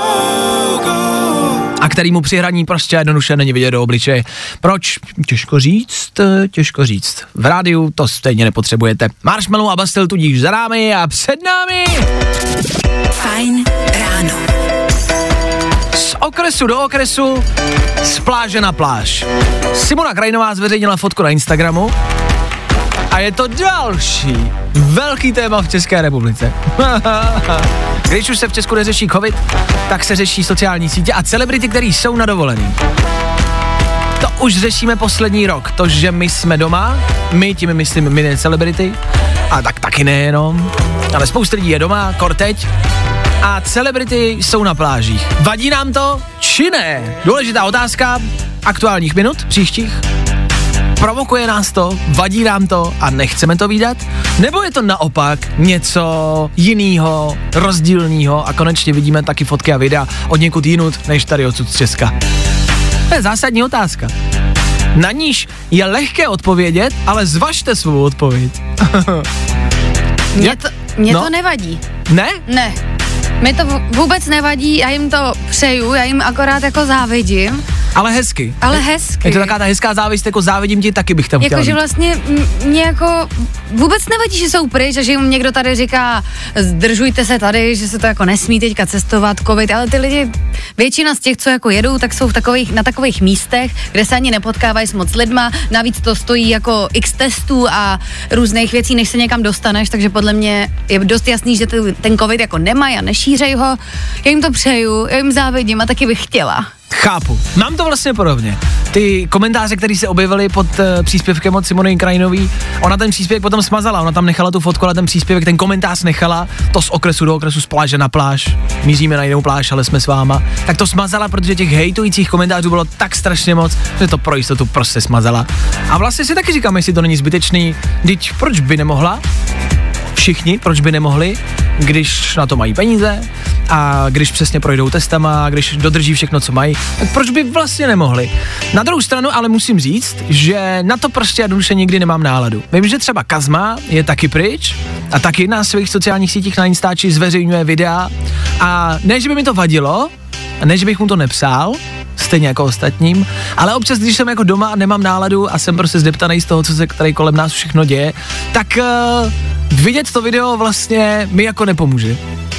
A který mu při hraní prostě jednoduše není vidět do obličeje. Proč? Těžko říct. V rádiu to stejně nepotřebujete. Marshmello a Bastille tudíž za námi a před námi Fajn ráno. Z okresu do okresu, z pláže na pláž. Simona Krajinová zveřejnila fotku na Instagramu a je to další velký téma v České republice. Když už se v Česku neřeší covid, tak se řeší sociální sítě a celebrity, které jsou na dovolený. To už řešíme poslední rok, to, že my jsme doma, my tím myslím my ne celebrity, a tak taky nejenom, ale spousta lidí je doma, kor teď, a celebrity jsou na plážích. Vadí nám to, či ne? Důležitá otázka aktuálních minut příštích. Provokuje nás to, vadí nám to a nechceme to vídat? Nebo je to naopak něco jinýho, rozdílného a konečně vidíme taky fotky a videa od někud jinut, než tady odsud z Česka? To je zásadní otázka. Na níž je lehké odpovědět, ale zvažte svou odpověď. Mně to nevadí. Ne? Ne. Mě to vůbec nevadí, já jim to přeju, já jim akorát jako závidím. Ale hezky. Ale hezky. Je to taková ta hezká závist, jako závidím ti, taky bych tam chtěla. Jakože vlastně mě jako vůbec nevadí, že jsou pryč a že jim někdo tady říká, zdržujte se tady, že se to jako nesmí teďka cestovat, covid, ale ty lidi, většina z těch, co jako jedou, tak jsou na takových místech, kde se ani nepotkávají s moc lidma, navíc to stojí jako x testů a různých věcí, než se někam dostaneš, takže podle mě je dost jasný, že ten covid jako nemají a nešířej ho. Já jim to přeju, já jim závidím a taky bych chtěla. Chápu. Mám to vlastně podobně. Ty komentáře, které se objevily pod příspěvkem od Simony Krajinový, ona ten příspěvek potom smazala, ona tam nechala tu fotku, ale ten příspěvek, ten komentář nechala, to z okresu do okresu, z pláže na pláž, míříme na jinou pláž, ale jsme s váma, tak to smazala, protože těch hejtujících komentářů bylo tak strašně moc, že to pro jistotu prostě smazala. A vlastně si taky říkám, jestli to není zbytečný, teď proč by nemohla? Všichni, proč by nemohli, když na to mají peníze a když přesně projdou testama a když dodrží všechno, co mají, tak proč by vlastně nemohli? Na druhou stranu ale musím říct, že na to prostě jednoduše nikdy nemám náladu. Vím, že třeba Kazma je taky pryč a taky na svých sociálních sítích na Instači zveřejňuje videa a ne, že by mi to vadilo, a ne, že bych mu to nepsal, stejně jako ostatním, ale občas, když jsem jako doma a nemám náladu a jsem prostě zdeptanej z toho, co se tady kolem nás všechno děje, tak vidět to video vlastně mi jako nepomůže.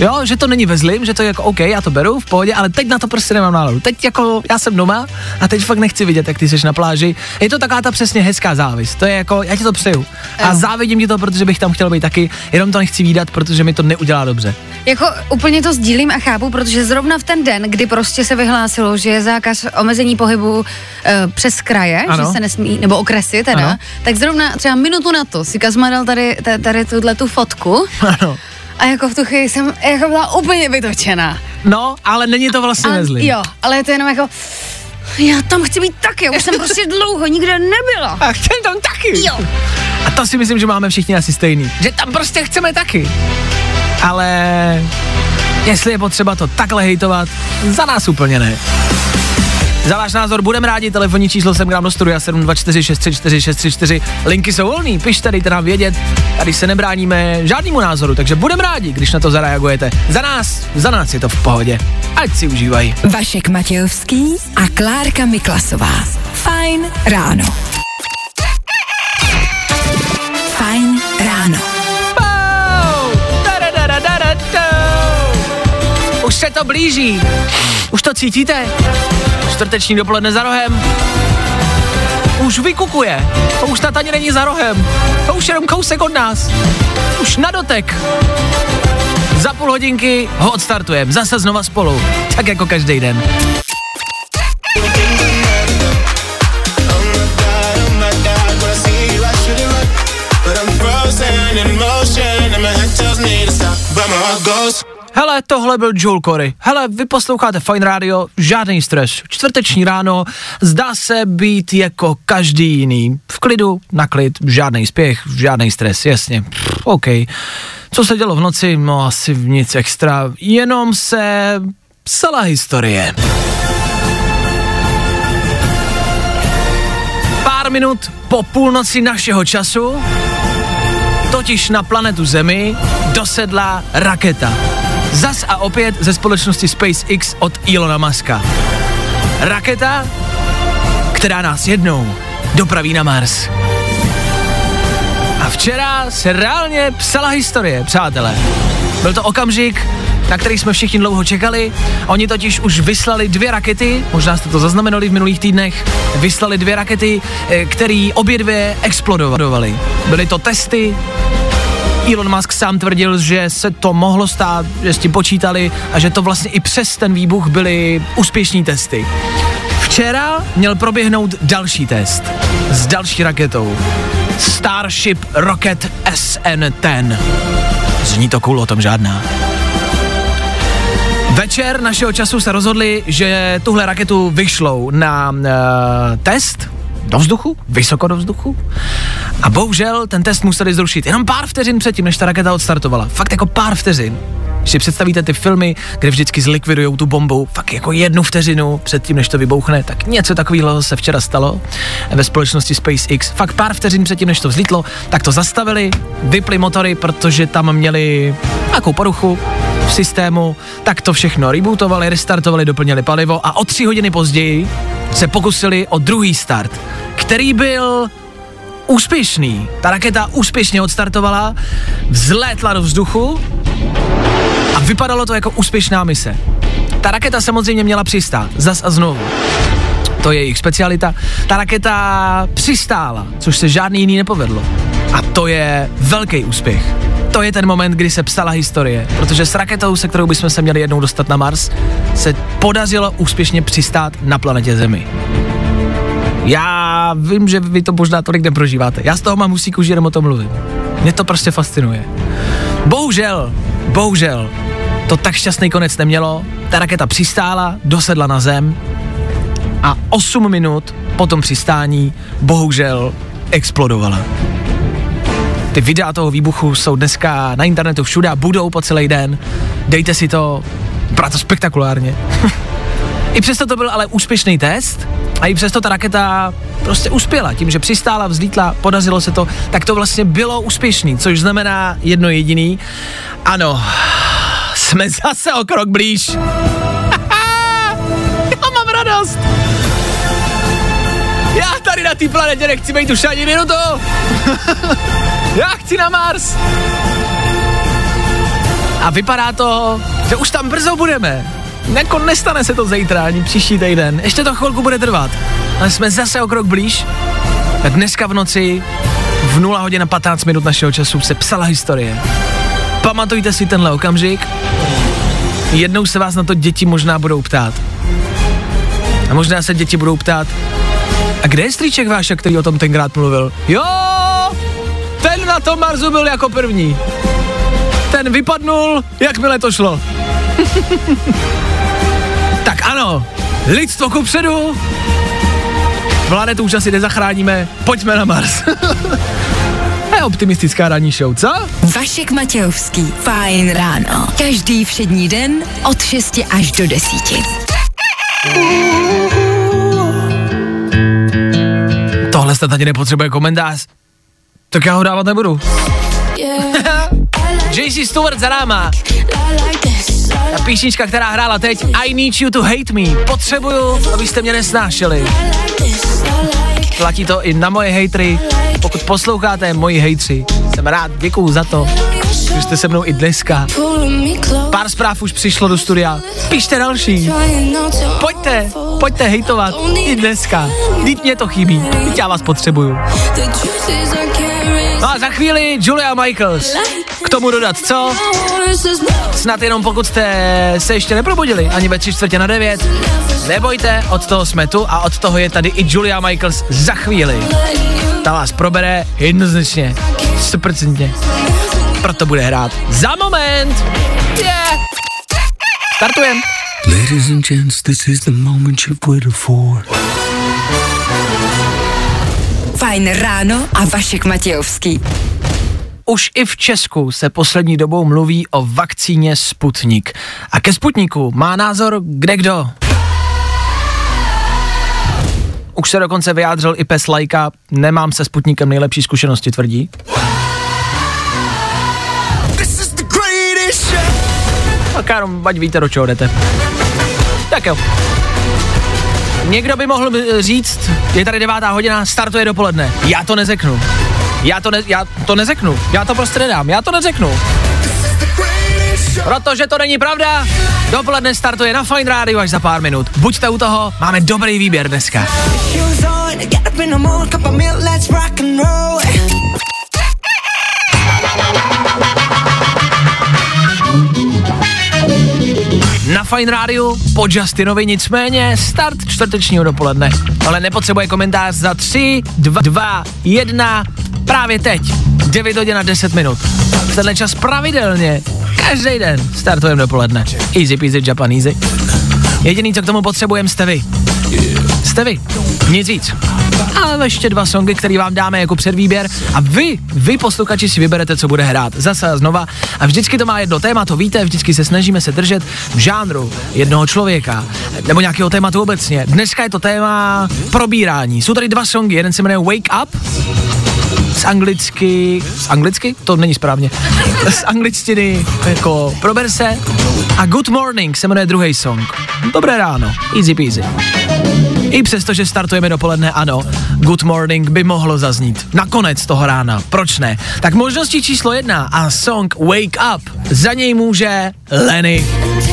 Jo, že to není ve zlým, že to je jako OK, já to beru v pohodě, ale teď na to prostě nemám náladu. Teď jako já jsem doma a teď fakt nechci vidět, jak ty jsi na pláži. Je to taková ta přesně hezká závist. To je jako, já ti to přeju. A závidím ti to, protože bych tam chtěl být taky, jenom to nechci vídat, protože mi to neudělá dobře. Jako úplně to sdílím a chápu, protože zrovna v ten den, kdy prostě se vyhlásilo, že je zákaz omezení pohybu přes kraje, ano. Že se nesmí, nebo okresy teda, ano. Tak zrovna třeba minutu na to si Kazma dal tady tu fotku. Ano. A jako v tu chvíli jsem jako byla úplně vytočená. No, ale není to vlastně ve zlým. Jo, ale je to jenom jako, já tam chci být taky, už jsem prostě dlouho nikde nebyla. A chcem tam taky. Jo. A to si myslím, že máme všichni asi stejný. Že tam prostě chceme taky. Ale jestli je potřeba to takhle hejtovat, za nás úplně ne. Za váš názor budeme rádi, telefonní číslo sem k nám do studia 724634634. Linky jsou volný, pište, dejte nám vědět, tady se nebráníme žádnému názoru, takže budeme rádi, když na to zareagujete. Za nás je to v pohodě. Ať si užívají. Vašek Matějovský a Klárka Miklasová. Fajn ráno. Fajn ráno. Už se to blíží. Už to cítíte? Čtvrteční dopoledne za rohem. Už vykukuje. To už snad ani není za rohem. To už jenom kousek od nás. Už na dotek. Za půl hodinky ho odstartujeme. Zase znova spolu. Tak jako každý den. Hele, tohle byl Joel Corey. Hele, vy posloucháte Fajn rádio, žádný stres. Čtvrteční ráno, zdá se být jako každý jiný. V klidu, na klid, žádný spěch, žádný stres, jasně. OK. Co se dělo v noci? No asi nic extra, jenom se psala historie. Pár minut po půlnoci našeho času totiž na planetu Zemi dosedla raketa. Zas a opět ze společnosti SpaceX od Elona Muska. Raketa, která nás jednou dopraví na Mars. A včera se reálně psala historie, přátelé. Byl to okamžik, na který jsme všichni dlouho čekali. Oni totiž už vyslali 2 rakety, možná jste to zaznamenali v minulých týdnech, vyslali 2 rakety, které obě dvě explodovaly. Byly to testy. Elon Musk sám tvrdil, že se to mohlo stát, že s tím počítali a že to vlastně i přes ten výbuch byly úspěšní testy. Včera měl proběhnout další test s další raketou. Starship Rocket SN-10. Zní to cool, o tom žádná. Večer našeho času se rozhodli, že tuhle raketu vyšlou na test do vzduchu, vysoko do vzduchu. A bohužel ten test museli zrušit jenom pár vteřin předtím, než ta raketa odstartovala. Fakt jako pár vteřin. Když si představíte ty filmy, kde vždycky zlikvidujou tu bombu, fakt jako 1 vteřinu předtím, než to vybouchne, tak něco takového se včera stalo ve společnosti SpaceX. Fakt pár vteřin předtím, než to vzlítlo, tak to zastavili, vypli motory, protože tam měli nějakou poruchu v systému, tak to všechno rebootovali, restartovali, doplnili palivo a o 3 hodiny později se pokusili o druhý start, který byl úspěšný. Ta raketa úspěšně odstartovala, vzlétla do vzduchu a vypadalo to jako úspěšná mise. Ta raketa samozřejmě měla přistát, zas a znovu. To je jejich specialita. Ta raketa přistála, což se žádný jiný nepovedlo. A to je velký úspěch. To je ten moment, kdy se psala historie, protože s raketou, se kterou bychom se měli jednou dostat na Mars, se podařilo úspěšně přistát na planetě Zemi. Já vím, že vy to možná tolik neprožíváte. Já z toho mám husí kůži, jenom o tom mluvím. Mě to prostě fascinuje. Bohužel, to tak šťastný konec nemělo. Ta raketa přistála, dosedla na Zem a 8 minut po tom přistání bohužel explodovala. Ty videa toho výbuchu jsou dneska na internetu všude a budou po celý den. Dejte si to, vypadá to spektakulárně. I přesto to byl ale úspěšný test a i přesto ta raketa prostě uspěla. Tím, že přistála, vzlítla, podařilo se to, tak to vlastně bylo úspěšný, což znamená jedno jediný. Ano, jsme zase o krok blíž. Já mám radost. Já tady na té planetě nechci být už ani minutu. Já chci na Mars. A vypadá to, že už tam brzo budeme. Jako nestane se to zítra, ani příští týden. Ještě to chvilku bude trvat. Ale jsme zase o krok blíž. A dneska v noci v 0 hodin a 15 minut našeho času se psala historie. Pamatujte si tenhle okamžik. Jednou se vás na to děti možná budou ptát. A možná se děti budou ptát, a kde je strýček váš, který o tom tenkrát mluvil? Jo, ten na tom Marsu byl jako první. Ten vypadnul, jakmile to šlo. Tak ano, lidstvo kupředu. Planetu už asi nezachráníme, pojďme na Mars. Je optimistická ranní show, co? Vašek Matějovský, Fajn ráno. Každý všední den od 6 až do 10. Tohle snad ani nepotřebuje komentář. Tak já ho dávat nebudu. JC Stewart za náma. Ta písnička, která hrála teď, I Need You to Hate Me. Potřebuju, abyste mě nesnášeli. Platí to i na moje hejtry. Pokud posloucháte moji hejtři, jsem rád, děkuju za to, že jste se mnou i dneska. Pár zpráv už přišlo do studia. Pište další. Pojďte hejtovat i dneska. Vždyť mě to chybí, vždyť já vás potřebuju. No a za chvíli Julia Michaels. K tomu dodat co? Snad jenom pokud jste se ještě neprobudili ani ve 8:45. Nebojte, od toho jsme tu a od toho je tady i Julia Michaels za chvíli. Ta vás probere jednoznačně, 100%. Proto bude hrát za moment. Yeah! Startujem. Ladies and gents, this is the moment you've waited for. Fajn ráno a Vašek Matějovský. Už i v Česku se poslední dobou mluví o vakcíně Sputnik. A ke Sputniku má názor kdekdo. Už se dokonce vyjádřil i pes Lajka, nemám se Sputnikem nejlepší zkušenosti, tvrdí. Tak jenom, ať víte, do čeho jdete. Tak jo. Někdo by mohl říct, je tady 9. hodina, startuje dopoledne. Já to neřeknu. Já to prostě nedám, já to neřeknu. Protože to není pravda, dopoledne startuje na Fajn rádiu až za pár minut. Buďte u toho, máme dobrý výběr dneska. Na Fajn rádiu po Justinovi, nicméně start čtvrtečního dopoledne. Ale nepotřebuje komentář za 3, 2, 1, právě teď. 9 hodin a 10 minut. V tenhle čas pravidelně, každý den startujeme dopoledne. Easy peasy, Japan easy. Jediný, co k tomu potřebujeme, jste vy. Jste vy. Nic víc. A ještě 2 songy, které vám dáme jako předvýběr a vy posluchači si vyberete, co bude hrát. Zase a znova. A vždycky to má jedno téma, to víte, vždycky se snažíme se držet v žánru jednoho člověka nebo nějakého tématu obecně. Dneska je to téma probírání. Jsou tady 2 songy, jeden se jmenuje Wake Up, z anglicky? To není správně. Z angličtiny jako prober se. A Good Morning se jmenuje druhý song. Dobré ráno, easy peasy. I přesto, že startujeme dopoledne, ano, Good Morning by mohlo zaznít nakonec toho rána, proč ne? Tak možností číslo 1 a song Wake Up, za něj může Lenny.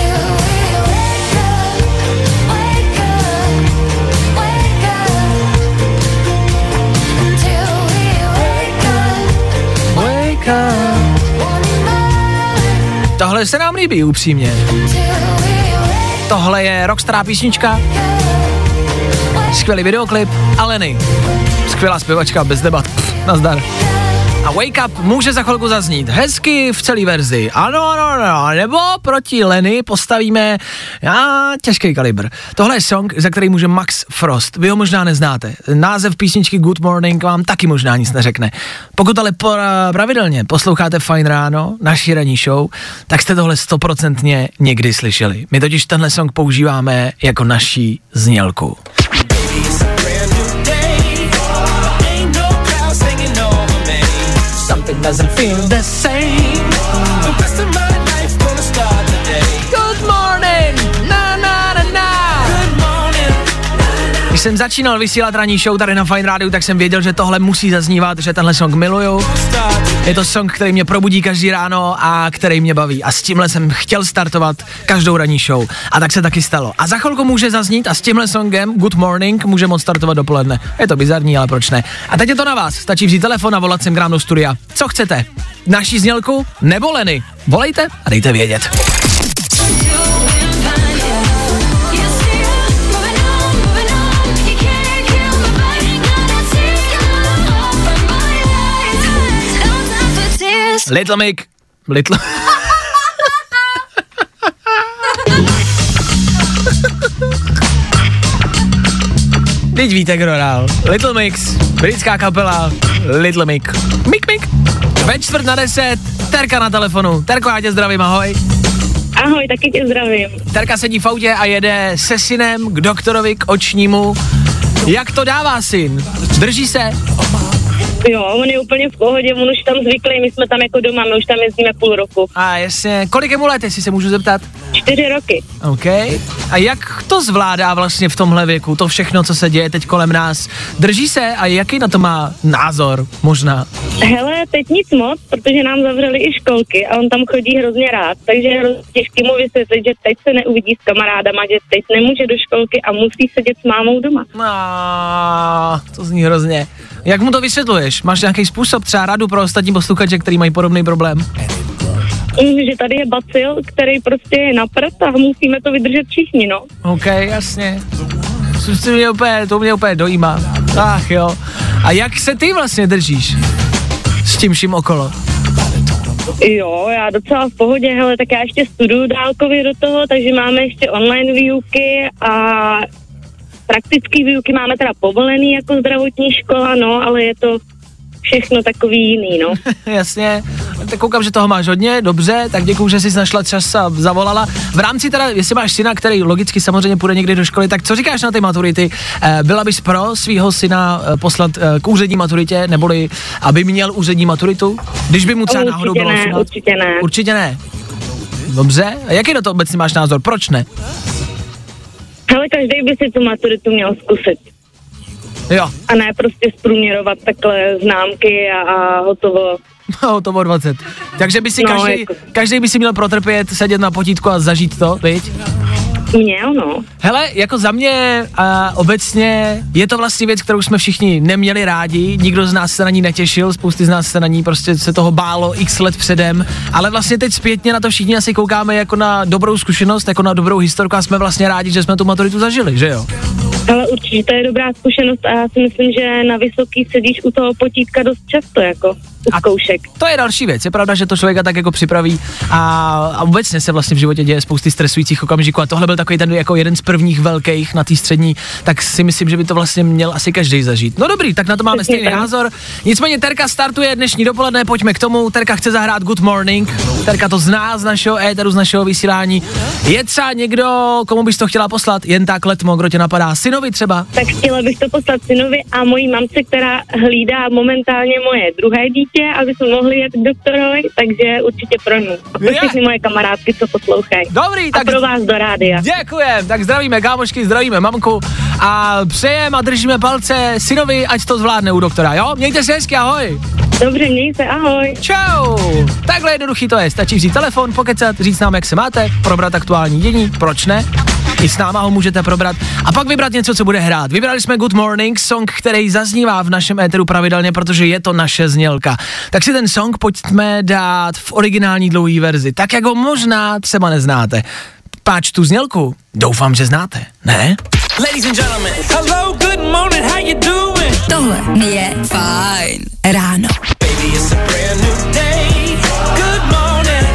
Tohle se nám líbí upřímně. Tohle je rockstará písnička, skvělý videoklip a Lenny. Skvělá zpěvačka, bez debat. Nazdar. A Wake Up může za chvilku zaznít hezky v celé verzi. Ano, nebo proti Lenny postavíme těžký kalibr. Tohle je song, za který může Max Frost. Vy ho možná neznáte. Název písničky Good Morning vám taky možná nic neřekne. Pokud ale pravidelně posloucháte Fajn ráno, naši ranní show, tak jste tohle 100% někdy slyšeli. My totiž tenhle song používáme jako naší znělku. Something doesn't feel the same. The rest of my life gonna start today. Good morning, na na na na. Good morning. Když jsem začínal vysílat ranní show tady na Fine Rádiu, tak jsem věděl, že tohle musí zaznívat, že tenhle song miluju. Je to song, který mě probudí každý ráno a který mě baví. A s tímhle jsem chtěl startovat každou ranní show. A tak se taky stalo. A za chvilku může zaznít a s tímhle songem Good Morning může moc startovat dopoledne. Je to bizarní, ale proč ne? A teď je to na vás. Stačí vzít telefon a volat sem k nám do studia. Co chcete? Naší znělku nebo Leny? Volejte a dejte vědět. Little Mix. Teď víte, kdo hrál. Little Mix, britská kapela Little Mix. Mik. Ve 9:45, Terka na telefonu. Terko, já tě zdravím, ahoj. Ahoj, taky tě zdravím. Terka sedí v autě a jede se synem k doktorovi, k očnímu. Jak to dává syn? Drží se? Jo, on je úplně v pohodě, on už tam zvyklý, my jsme tam jako doma, my už tam jezdíme půl roku. A jasně, kolik je mu let, jestli se můžu zeptat? 4 roky. OK. A jak to zvládá vlastně v tomhle věku, to všechno, co se děje teď kolem nás? Drží se a jaký na to má názor možná? Hele, teď nic moc, protože nám zavřeli i školky a on tam chodí hrozně rád, takže je hrozně těžký mu vysvětlit, že teď se neuvidí s kamarádama, že teď nemůže do školky a musí sedět s mámou doma. To zní hrozně. Jak mu to vysvětluješ? Máš nějaký způsob, třeba radu pro ostatní posluchače, který mají podobný problém? Že tady je bacil, který prostě je na prd a musíme to vydržet všichni, no. OK, jasně. To mě úplně dojímá. Ach jo. A jak se ty vlastně držíš s tím vším okolo? Jo, já docela v pohodě, hele, tak já ještě studuju dálkově do toho, takže máme ještě online výuky a praktické výuky máme teda povolený jako zdravotní škola, no, ale je to všechno takový jiný, no. Jasně, tak koukám, že toho máš hodně, dobře, tak děkuju, že jsi našla čas a zavolala. V rámci teda, jestli máš syna, který logicky samozřejmě půjde někdy do školy, tak co říkáš na ty maturity? Byla bys pro svýho syna poslat k úřední maturitě, neboli aby měl úřední maturitu? Když by mu třeba náhodou bylo 18? Určitě ne. Určitě ne. Dobře, a jaký na to obecně máš názor? Proč ne? Hele, každý by si tu maturitu měl zkusit. Jo. A ne prostě zprůměrovat takhle známky a hotovo. Hotovo 20. Takže by si každý by si měl protrpět, sedět na potítku a zažít to, viď? Měl, no. Hele, jako za mě obecně je to vlastně věc, kterou jsme všichni neměli rádi, nikdo z nás se na ní netěšil, spousty z nás se na ní prostě se toho bálo x let předem, ale vlastně teď zpětně na to všichni asi koukáme jako na dobrou zkušenost, jako na dobrou historku a jsme vlastně rádi, že jsme tu maturitu zažili, že jo? Ale určitě to je dobrá zkušenost a já si myslím, že na vysoký sedíš u toho potítka dost často, jako u zkoušek. To je další věc, je pravda, že to člověka tak jako připraví a obecně se vlastně v životě děje spousty stresujících okamžiků a tohle byl takový ten jako jeden z prvních velkých na té střední, tak si myslím, že by to vlastně měl asi každý zažít. No dobrý, tak na to máme stejný názor. Nicméně Terka startuje dnešní dopoledne, pojďme k tomu. Terka chce zahrát Good Morning. Terka to zná z našeho éteru, z našeho vysílání. Je třeba někdo, komu bys to chtěla poslat? Jen tak letmo, kdo tě napadá? Synovi třeba? Tak chtěla bych to poslat synovi a mojí mamce, která hlídá momentálně moje druhé dítě, aby jsme mohli jet k doktorovi, takže určitě pro ní. A pro všechny moje kamarádky, co poslouchají. Dobrý, tak pro vás do rádia. Děkujem, tak zdravíme kámošky, zdravíme mamku a přejem a držíme palce synovi, ať to zvládne u doktora, jo? Mějte se hezky, ahoj. Dobře, měj se, ahoj. Čau. Takhle jednoduchý to je, stačí vzít telefon, pokecat, říct nám, jak se máte, probrat aktuální dění, proč ne? I s náma ho můžete probrat a pak vybrat něco, co bude hrát. Vybrali jsme Good Morning, song, který zaznívá v našem éteru pravidelně, protože je to naše znělka. Tak si ten song pojďme dát v originální dlouhý verzi, tak jak ho možná třeba neznáte. Páč tu znělku, doufám, že znáte, ne? Ladies and gentlemen, hello, good morning, how you doing? Tohle je Fajn ráno. Baby, it's a brand new day. Good morning.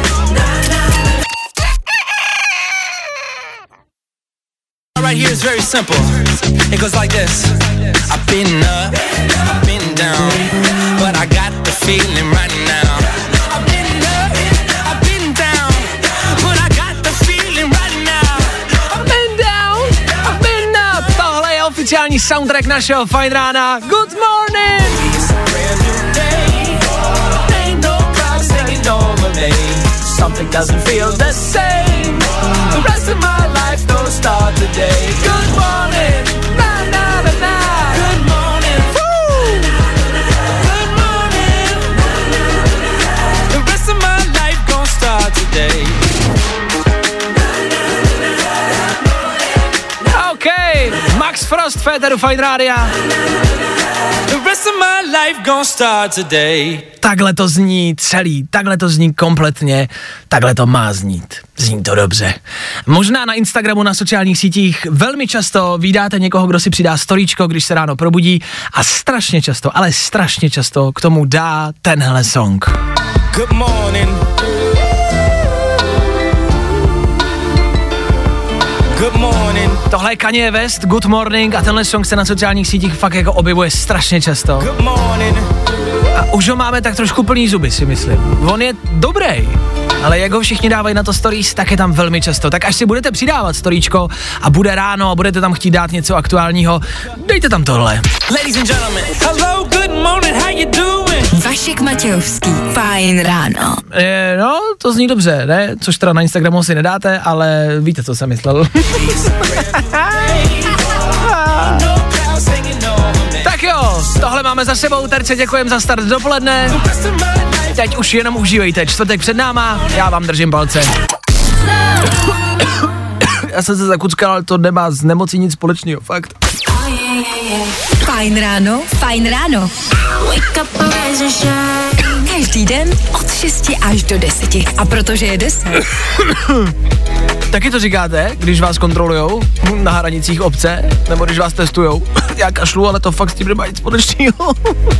Right here is very simple. It goes like this. I've been up, I've been down, but I got the feeling right now. I've been up, I've been down, but I got the feeling right now. I've been down, I've been up. Tohle je oficiální soundtrack našeho Fajn rána. Good morning. It's a brand new day. Ain't no clock singing over me. Something doesn't feel the same. The rest of my life don't start today. Good morning, na na rána. OK, Max Frost, Féteru Fajn Rádia. Takhle to zní celý, takhle to zní kompletně, takhle to má znít. Zní to dobře. Možná na Instagramu, na sociálních sítích velmi často vídáte někoho, kdo si přidá storíčko, když se ráno probudí a strašně často, ale strašně často k tomu dá tenhle song. Good morning. Good morning. Tohle je Kanye West, Good Morning, a tenhle song se na sociálních sítích fakt jako objevuje strašně často. Good morning. A už ho máme tak trošku plný zuby, si myslím. On je dobrý, ale jak ho všichni dávají na to stories, tak je tam velmi často. Tak až si budete přidávat storíčko a bude ráno a budete tam chtít dát něco aktuálního, dejte tam tohle. Ladies and gentlemen, hello, good morning, how you doing? Vašek Matějovský, Fajn ráno. No, to zní dobře, ne? Což teda na Instagramu si nedáte, ale víte, co jsem myslel. Tak jo, tohle máme za sebou, Terce, děkujem za start dopoledne. Teď už jenom užívejte, čtvrtek před náma, já vám držím palce. Já jsem se zakuckal, ale to nemá s nemocí nic společného, fakt. Fajn ráno, Fajn ráno. Každý den od 6 až do 10. A protože je 10. Taky to říkáte, když vás kontrolujou na hranicích obce, nebo když vás testujou? Já kašlu, ale to fakt s tím nemá nic společného.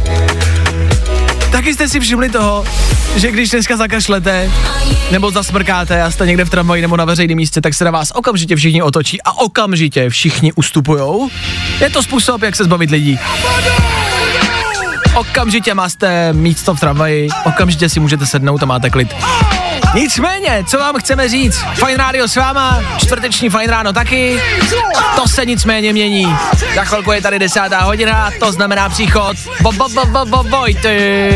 Taky jste si všimli toho, že když dneska zakašlete, nebo zasmrkáte a jste někde v tramvaji nebo na veřejném místě, tak se na vás okamžitě všichni otočí a okamžitě všichni ustupujou? Je to způsob, jak se zbavit lidí. Okamžitě máte místo v tramvaji, okamžitě si můžete sednout a máte klid. Nicméně, co vám chceme říct? Fajn rádio s váma, čtvrteční Fajn ráno taky. To se nicméně mění. Za chvilku je tady 10. hodina, to znamená příchod Vojty.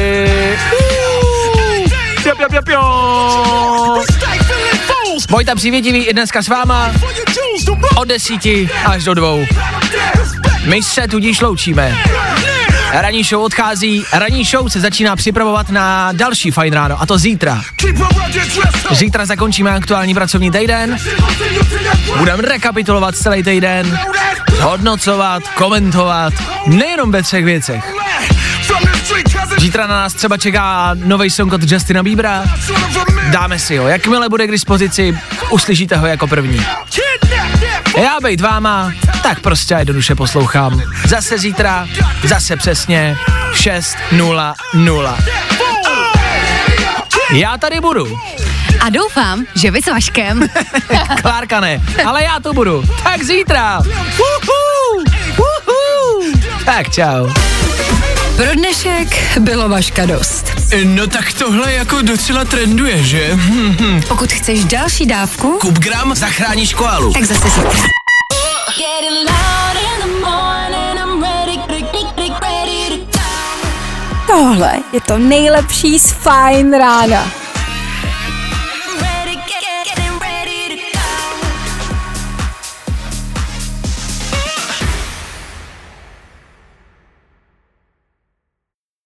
Vojta Přivětivý i dneska s váma od 10 až do 2. My se tudíž loučíme. Ranní show odchází, ranní show se začíná připravovat na další Fajn ráno, a to zítra. Zítra zakončíme aktuální pracovní týden, budeme rekapitulovat celý týden, hodnocovat, komentovat, nejenom ve 3 věcech. Zítra na nás třeba čeká nový song od Justina Biebera, dáme si ho, jakmile bude k dispozici, uslyšíte ho jako první. Já bejt váma, tak prostě jednoduše poslouchám. Zase zítra, zase přesně 6:00. Já tady budu. A doufám, že vy s Vaškem. Klárka ne, ale já tu budu. Tak zítra. Tak čau. Pro dnešek bylo Vaška dost. No tak tohle jako docela trenduje, že? Pokud chceš další dávku, kup gram, zachráníš koalu. tak zase zítra. Tohle je to nejlepší z Fajn rána.